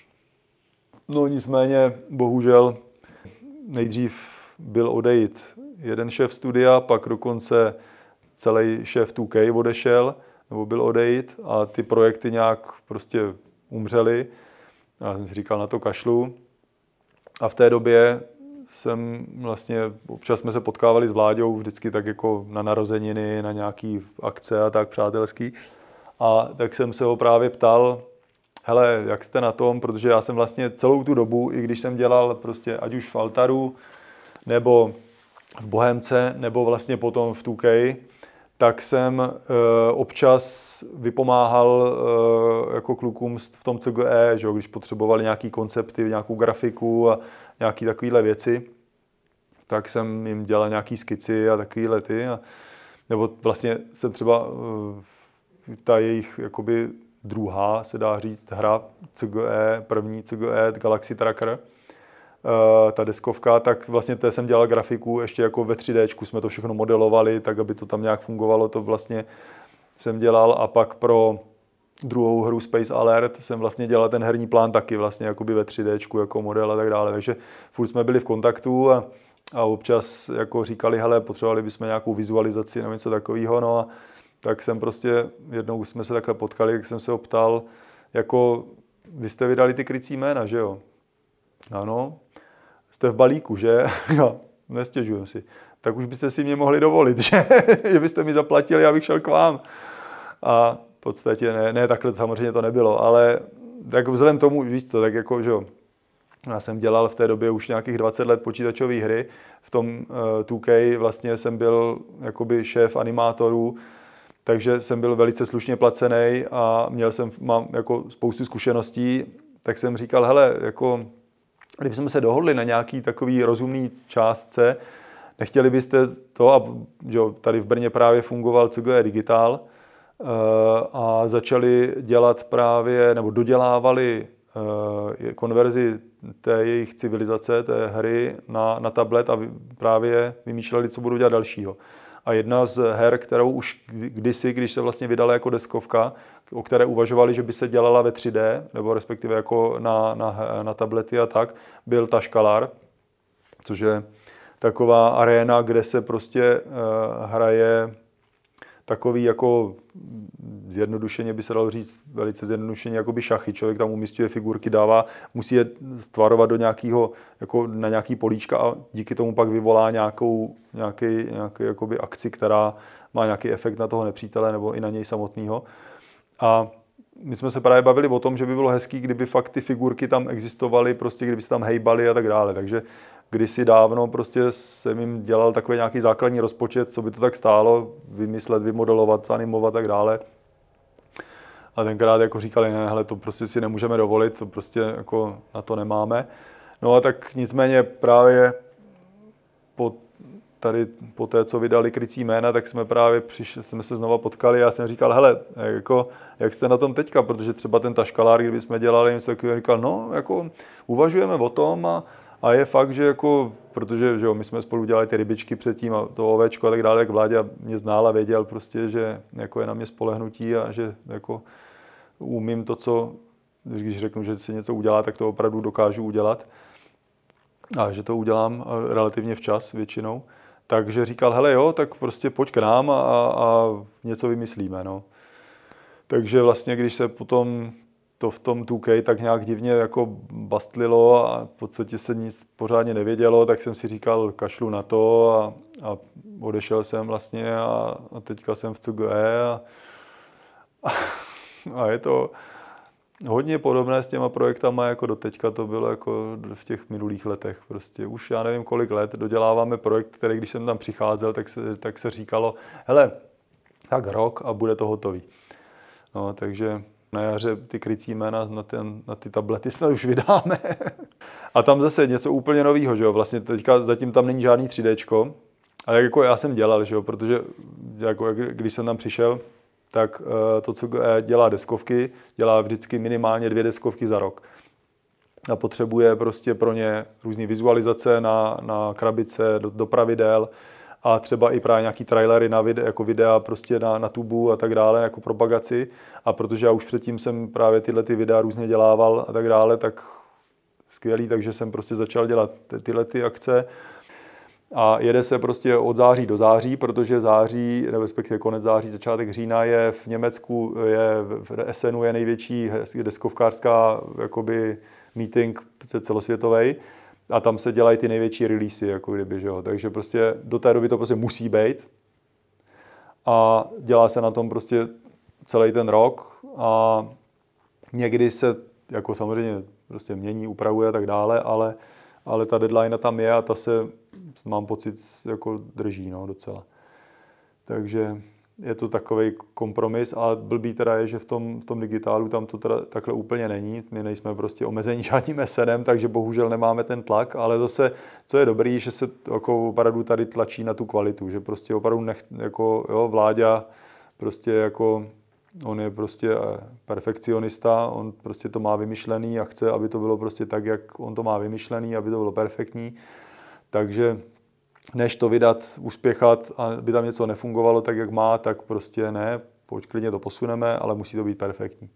No nicméně, bohužel, nejdřív byl odejít jeden šéf studia, pak dokonce celý šéf two K odešel, nebo byl odejít a ty projekty nějak prostě umřely. Já jsem si říkal, na to kašlu. A v té době jsem vlastně, občas jsme se potkávali s Vláďou, vždycky tak jako na narozeniny, na nějaký akce a tak přátelský. A tak jsem se ho právě ptal, hele, jak jste na tom, protože já jsem vlastně celou tu dobu, i když jsem dělal prostě ať už v Altaru, nebo v Bohemce, nebo vlastně potom v two K, tak jsem e, občas vypomáhal e, jako klukům v tom C G E, že, když potřebovali nějaký koncepty, nějakou grafiku a nějaké takovéhle věci, tak jsem jim dělal nějaký skici a takovéhle ty. A, nebo vlastně jsem třeba e, ta jejich jakoby druhá, se dá říct, hra C G E, první C G E, Galaxy Tracker, ta deskovka, tak vlastně té jsem dělal grafiku, ještě jako ve tři déčku jsme to všechno modelovali, tak aby to tam nějak fungovalo, to vlastně jsem dělal a pak pro druhou hru Space Alert jsem vlastně dělal ten herní plán taky vlastně jakoby ve tři déčku jako model a tak dále, takže furt jsme byli v kontaktu a, a občas jako říkali, hele, potřebovali bychom nějakou vizualizaci nebo něco takového, no a tak jsem prostě, jednou jsme se takhle potkali, jak jsem se ho ptal, jako vy jste vydali ty krycí jména, že jo? Ano, jste v balíku, že? Jo, nestěžujem si. Tak už byste si mě mohli dovolit, že? Že byste mi zaplatili, abych šel k vám. A v podstatě ne, ne, takhle samozřejmě to nebylo, ale tak vzhledem tomu, víš co, tak jako, že jo, já jsem dělal v té době už nějakých dvacet let počítačové hry, v tom uh, two K vlastně jsem byl jakoby šéf animátorů, takže jsem byl velice slušně placený a měl jsem, mám jako spoustu zkušeností, tak jsem říkal, hele, jako kdybychom se dohodli na nějaký takový rozumný částce, nechtěli byste to, a že tady v Brně právě fungoval C G E Digital a začali dělat právě, nebo dodělávali konverzi té jejich civilizace, té hry na, na tablet a právě vymýšleli, co budou dělat dalšího. A jedna z her, kterou už kdysi, když se vlastně vydala jako deskovka, o které uvažovali, že by se dělala ve tři dé, nebo respektive jako na, na, na tablety a tak, byl Taškalar, což je taková aréna, kde se prostě uh, hraje takový jako zjednodušeně by se dalo říct, velice zjednodušeně, jako by šachy. Člověk tam umístuje figurky, dává, musí je stvarovat do nějakého, jako na nějaký políčka a díky tomu pak vyvolá nějakou, nějaký, nějaký jakoby akci, která má nějaký efekt na toho nepřítele nebo i na něj samotného. A my jsme se právě bavili o tom, že by bylo hezký, kdyby fakt ty figurky tam existovaly, prostě kdyby se tam hejbaly a tak dále. Takže kdysi dávno prostě jsem jim dělal takový nějaký základní rozpočet, co by to tak stálo, vymyslet, vymodelovat, zanimovat a tak dále. A tenkrát jako říkali, ne, hele, to prostě si nemůžeme dovolit, to prostě jako na to nemáme. No a tak nicméně právě po, tady, po té, co vydali Krycí jména, tak jsme právě přišli, jsme se znova potkali a já jsem říkal, hele, jako, jak jste na tom teďka, protože třeba ten taškalár, kdyby jsme dělali něco takového, říkal, no, jako uvažujeme o tom a, a je fakt, že jako, protože že jo, my jsme spolu dělali ty rybičky předtím a to ovečko a tak dále, jak Vláďa mě znal a věděl prostě, že jako je na mě spolehnutí a že jako umím to, co, když řeknu, že si něco udělá, tak to opravdu dokážu udělat. A že to udělám relativně včas většinou. Takže říkal, hele jo, tak prostě pojď k nám a, a něco vymyslíme. No. Takže vlastně, když se potom to v tom two K tak nějak divně jako bastlilo a v podstatě se nic pořádně nevědělo, tak jsem si říkal, kašlu na to a, a odešel jsem vlastně a, a teďka jsem v C G E a, a, a je to hodně podobné s těma projektama, jako doteďka to bylo jako v těch minulých letech. Prostě už já nevím kolik let doděláváme projekt, který když jsem tam přicházel, tak se, tak se říkalo, hele, tak rok a bude to hotový. No, takže na jaře ty krycí jména na, ten, na ty tablety snad už vydáme. A tam zase něco úplně novýho, že jo, vlastně teďka zatím tam není žádný tři déčko, ale jako já jsem dělal, že jo, protože jako, když jsem tam přišel, tak to, co dělá deskovky, dělá vždycky minimálně dvě deskovky za rok. A potřebuje prostě pro ně různé vizualizace na, na krabice, do, do pravidel a třeba i právě nějaký trailery na videa, jako videa prostě na, na tubu a tak dále, jako propagaci. A protože já už předtím jsem právě tyhle ty videa různě dělával a tak dále, tak skvělý, takže jsem prostě začal dělat tyhle ty akce. A jede se prostě od září do září, protože září, respektive konec září, začátek října je v Německu, je v Essenu je největší deskovkářská jakoby meeting celosvětový a tam se dělají ty největší releasy, jako kdyby, že jo. Takže prostě do té doby to prostě musí být a dělá se na tom prostě celý ten rok a někdy se jako samozřejmě prostě mění, upravuje a tak dále, ale ale ta deadline tam je a ta se, mám pocit, jako drží, no, docela. Takže je to takový kompromis a blbý teda je, že v tom, v tom digitálu tam to teda takhle úplně není. My nejsme prostě omezení žádným es en em, takže bohužel nemáme ten tlak, ale zase, co je dobrý, že se jako opravdu tady tlačí na tu kvalitu, že prostě opravdu nech, jako, jo, Vláďa prostě jako on je prostě perfekcionista, on prostě to má vymyšlený a chce, aby to bylo prostě tak, jak on to má vymyšlený, aby to bylo perfektní. Takže než to vydat, uspěchat a by tam něco nefungovalo tak, jak má, tak prostě ne, pojď klidně to posuneme, ale musí to být perfektní.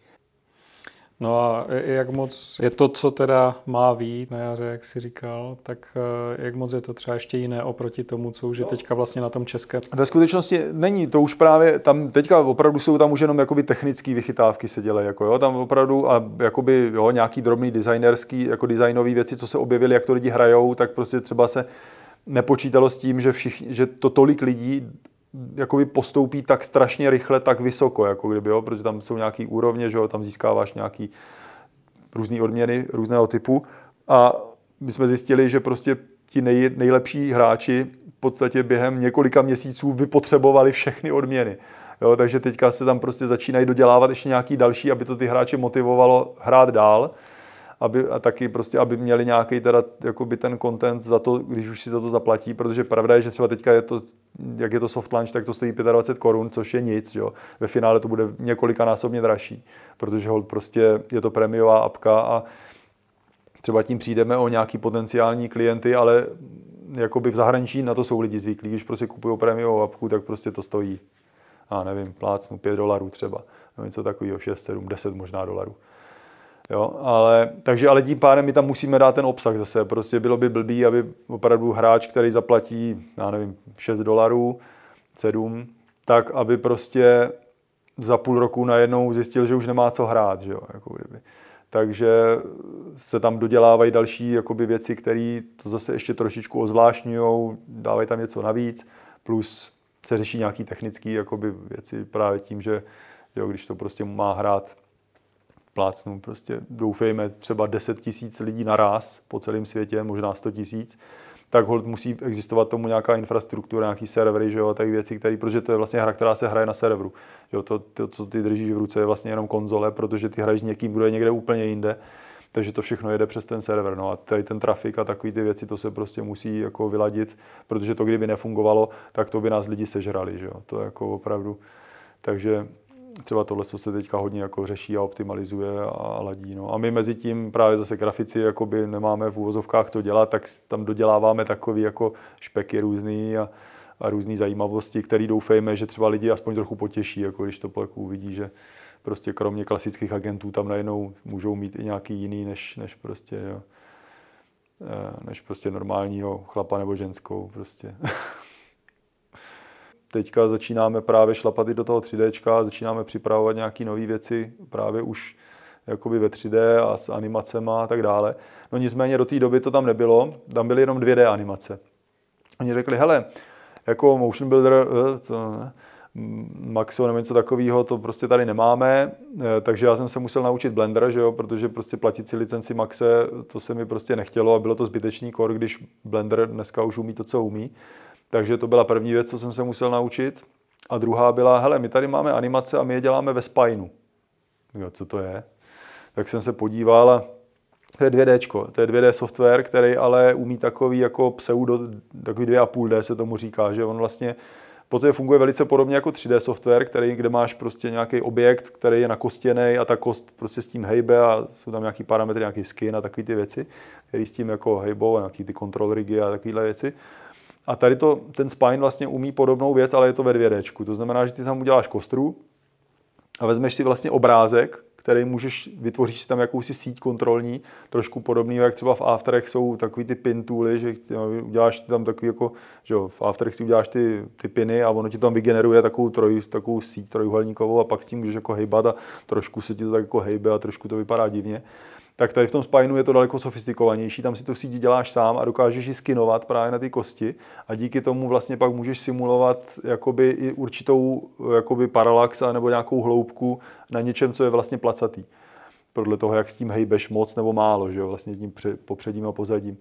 No a jak moc je to, co teda má vyjít na jaře, jak jsi říkal, tak jak moc je to třeba ještě jiné oproti tomu, co už je teďka vlastně na tom českém? Ve skutečnosti není, to už právě, tam teďka opravdu jsou tam už jenom jakoby technické vychytávky se dělají, jako jo, tam opravdu a jakoby jo, nějaký drobný designerský, jako designové věci, co se objevily, jak to lidi hrajou, tak prostě třeba se nepočítalo s tím, že, všichni, že to tolik lidí jakoby postoupí tak strašně rychle, tak vysoko, jako kdyby, jo, protože tam jsou nějaký úrovně, že jo, tam získáváš nějaký různé odměny různého typu a my jsme zjistili, že prostě ti nej, nejlepší hráči v podstatě během několika měsíců vypotřebovali všechny odměny. Jo, takže teďka se tam prostě začínají dodělávat ještě nějaký další, aby to ty hráče motivovalo hrát dál. Aby, a taky prostě, aby měli nějaký teda, jakoby ten content za to, když už si za to zaplatí, protože pravda je, že třeba teďka je to, jak je to soft launch, tak to stojí dvacet pět korun, což je nic, jo. Ve finále to bude několikanásobně dražší, protože hold prostě je to prémiová apka a třeba tím přijdeme o nějaký potenciální klienty, ale jakoby v zahraničí na to jsou lidi zvyklí, když prostě kupují prémiovou apku, tak prostě to stojí, já nevím, plácnu pět dolarů třeba, no něco takového, šest, sedm, deset možná dolarů. Jo, ale, takže ale tím pádem my tam musíme dát ten obsah zase. Prostě bylo by blbý, aby opravdu hráč, který zaplatí, já nevím, šest dolarů, sedm, tak aby prostě za půl roku najednou zjistil, že už nemá co hrát. Že jo, jako kdyby. Takže se tam dodělávají další jakoby věci, které to zase ještě trošičku ozvláštňujou, dávají tam něco navíc, plus se řeší nějaký technický jakoby věci právě tím, že jo, když to prostě má hrát plácnu, prostě doufejme třeba deset tisíc lidí naraz po celém světě, možná sto tisíc, tak holt musí existovat tomu nějaká infrastruktura, nějaký servery, že jo, a tak věci, které, protože to je vlastně hra, která se hraje na serveru. Že jo, to, to, co ty držíš v ruce, je vlastně jenom konzole, protože ty hraješ s někým, kdo je někde úplně jinde. Takže to všechno jede přes ten server. No a tady ten trafik a takové ty věci, to se prostě musí jako vyladit, protože to, kdyby nefungovalo, tak to by nás lidi sežrali, že jo. To je jako opravdu. Takže třeba tohle, co se teďka hodně jako řeší a optimalizuje a ladí. No. A my mezi tím právě zase grafici jakoby nemáme v úvozovkách co dělat, tak tam doděláváme takový jako špeky různý a, a různý zajímavosti, které doufejme, že třeba lidi aspoň trochu potěší, jako když to jako uvidí, že prostě kromě klasických agentů tam najednou můžou mít i nějaký jiný, než, než prostě, jo, než prostě normálního chlapa nebo ženskou prostě. Teďka začínáme právě šlapat i do toho tři déčka, začínáme připravovat nějaké nové věci právě už jakoby ve tři dé a s animacema a tak dále. No nicméně do té doby to tam nebylo, tam byly jenom dvě dé animace. Oni řekli, hele, jako motion builder, to ne, Maxo nebo něco takového, to prostě tady nemáme, takže já jsem se musel naučit Blender, že jo, protože prostě platit si licenci Maxe, to se mi prostě nechtělo a bylo to zbytečný kor, když Blender dneska už umí to, co umí. Takže to byla první věc, co jsem se musel naučit. A druhá byla, hele, my tady máme animace a my je děláme ve Spineu. Jo, co to je? Tak jsem se podíval a to je dvě déčko, to je dvě dé software, který ale umí takový jako pseudo, takový dvě a půl dé se tomu říká, že on vlastně potom funguje velice podobně jako tři dé software, který, kde máš prostě nějaký objekt, který je nakostěný a ta kost prostě s tím hejbe a jsou tam nějaký parametry, nějaký skin a takové ty věci, který s tím jako hejbou a nějaký ty control rigy a takovéhle věci. A tady to, ten Spine vlastně umí podobnou věc, ale je to ve dvě déčku. To znamená, že ty tam uděláš kostru a vezmeš si vlastně obrázek, který můžeš, vytvoříš si tam jakousi síť kontrolní, trošku podobný, jak třeba v Afterech jsou takový ty pin tooly, že uděláš tam takový jako, že jo, v Afterech si uděláš ty, ty piny a ono ti tam vygeneruje takovou, troj, takovou síť trojuhelníkovou a pak s tím můžeš jako hejbat a trošku se ti to tak jako hejbe a trošku to vypadá divně. Tak tady v tom Spineu je to daleko sofistikovanější, tam si tu síť děláš sám a dokážeš ji skinovat právě na ty kosti a díky tomu vlastně pak můžeš simulovat jakoby i určitou jakoby paralax nebo nějakou hloubku na něčem, co je vlastně placatý. Podle toho, jak s tím hejbeš moc nebo málo, že jo, vlastně tím popředím a pozadím.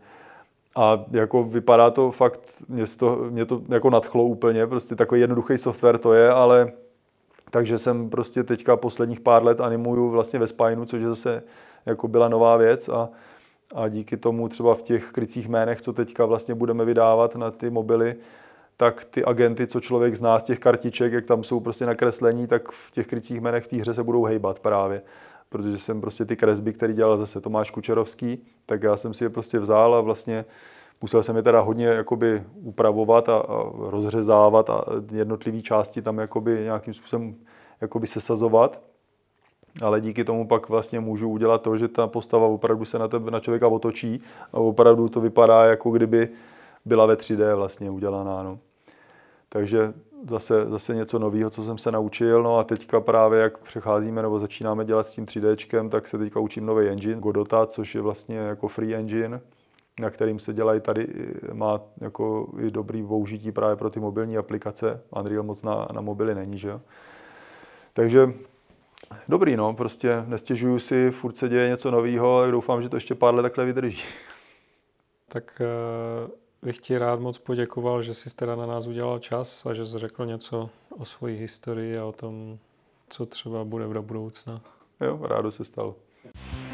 A jako vypadá to fakt, mě to, mě to jako nadchlo úplně, prostě takový jednoduchý software to je, ale takže jsem prostě teďka posledních pár let animuju vlastně ve Spineu, což je zase jako byla nová věc a, a díky tomu třeba v těch krycích jménech, co teďka vlastně budeme vydávat na ty mobily, tak ty agenty, co člověk zná z těch kartiček, jak tam jsou prostě nakreslení, tak v těch krycích jménech v té hře se budou hejbat právě. Protože jsem prostě ty kresby, který dělal zase Tomáš Kučerovský, tak já jsem si je prostě vzal a vlastně musel jsem je teda hodně jakoby upravovat a, a rozřezávat a jednotlivé části tam jakoby nějakým způsobem jakoby sesazovat. Ale díky tomu pak vlastně můžu udělat to, že ta postava opravdu se na, tebe, na člověka otočí a opravdu to vypadá, jako kdyby byla ve tři dé vlastně udělaná. No. Takže zase, zase něco nového, co jsem se naučil. No a teďka právě, jak přecházíme nebo začínáme dělat s tím tři déčkem, tak se teďka učím nový engine, Godota, což je vlastně jako free engine, na kterým se dělají tady, má jako i dobrý použití právě pro ty mobilní aplikace. Unreal moc na, na mobily není, že jo. Takže dobrý, no, prostě nestěžuju si, furt se děje něco nového a doufám, že to ještě pár let takhle vydrží. Tak uh, bych ti rád moc poděkoval, že jsi teda na nás udělal čas a že jsi řekl něco o své historii a o tom, co třeba bude do budoucna. Jo, rádo se stalo.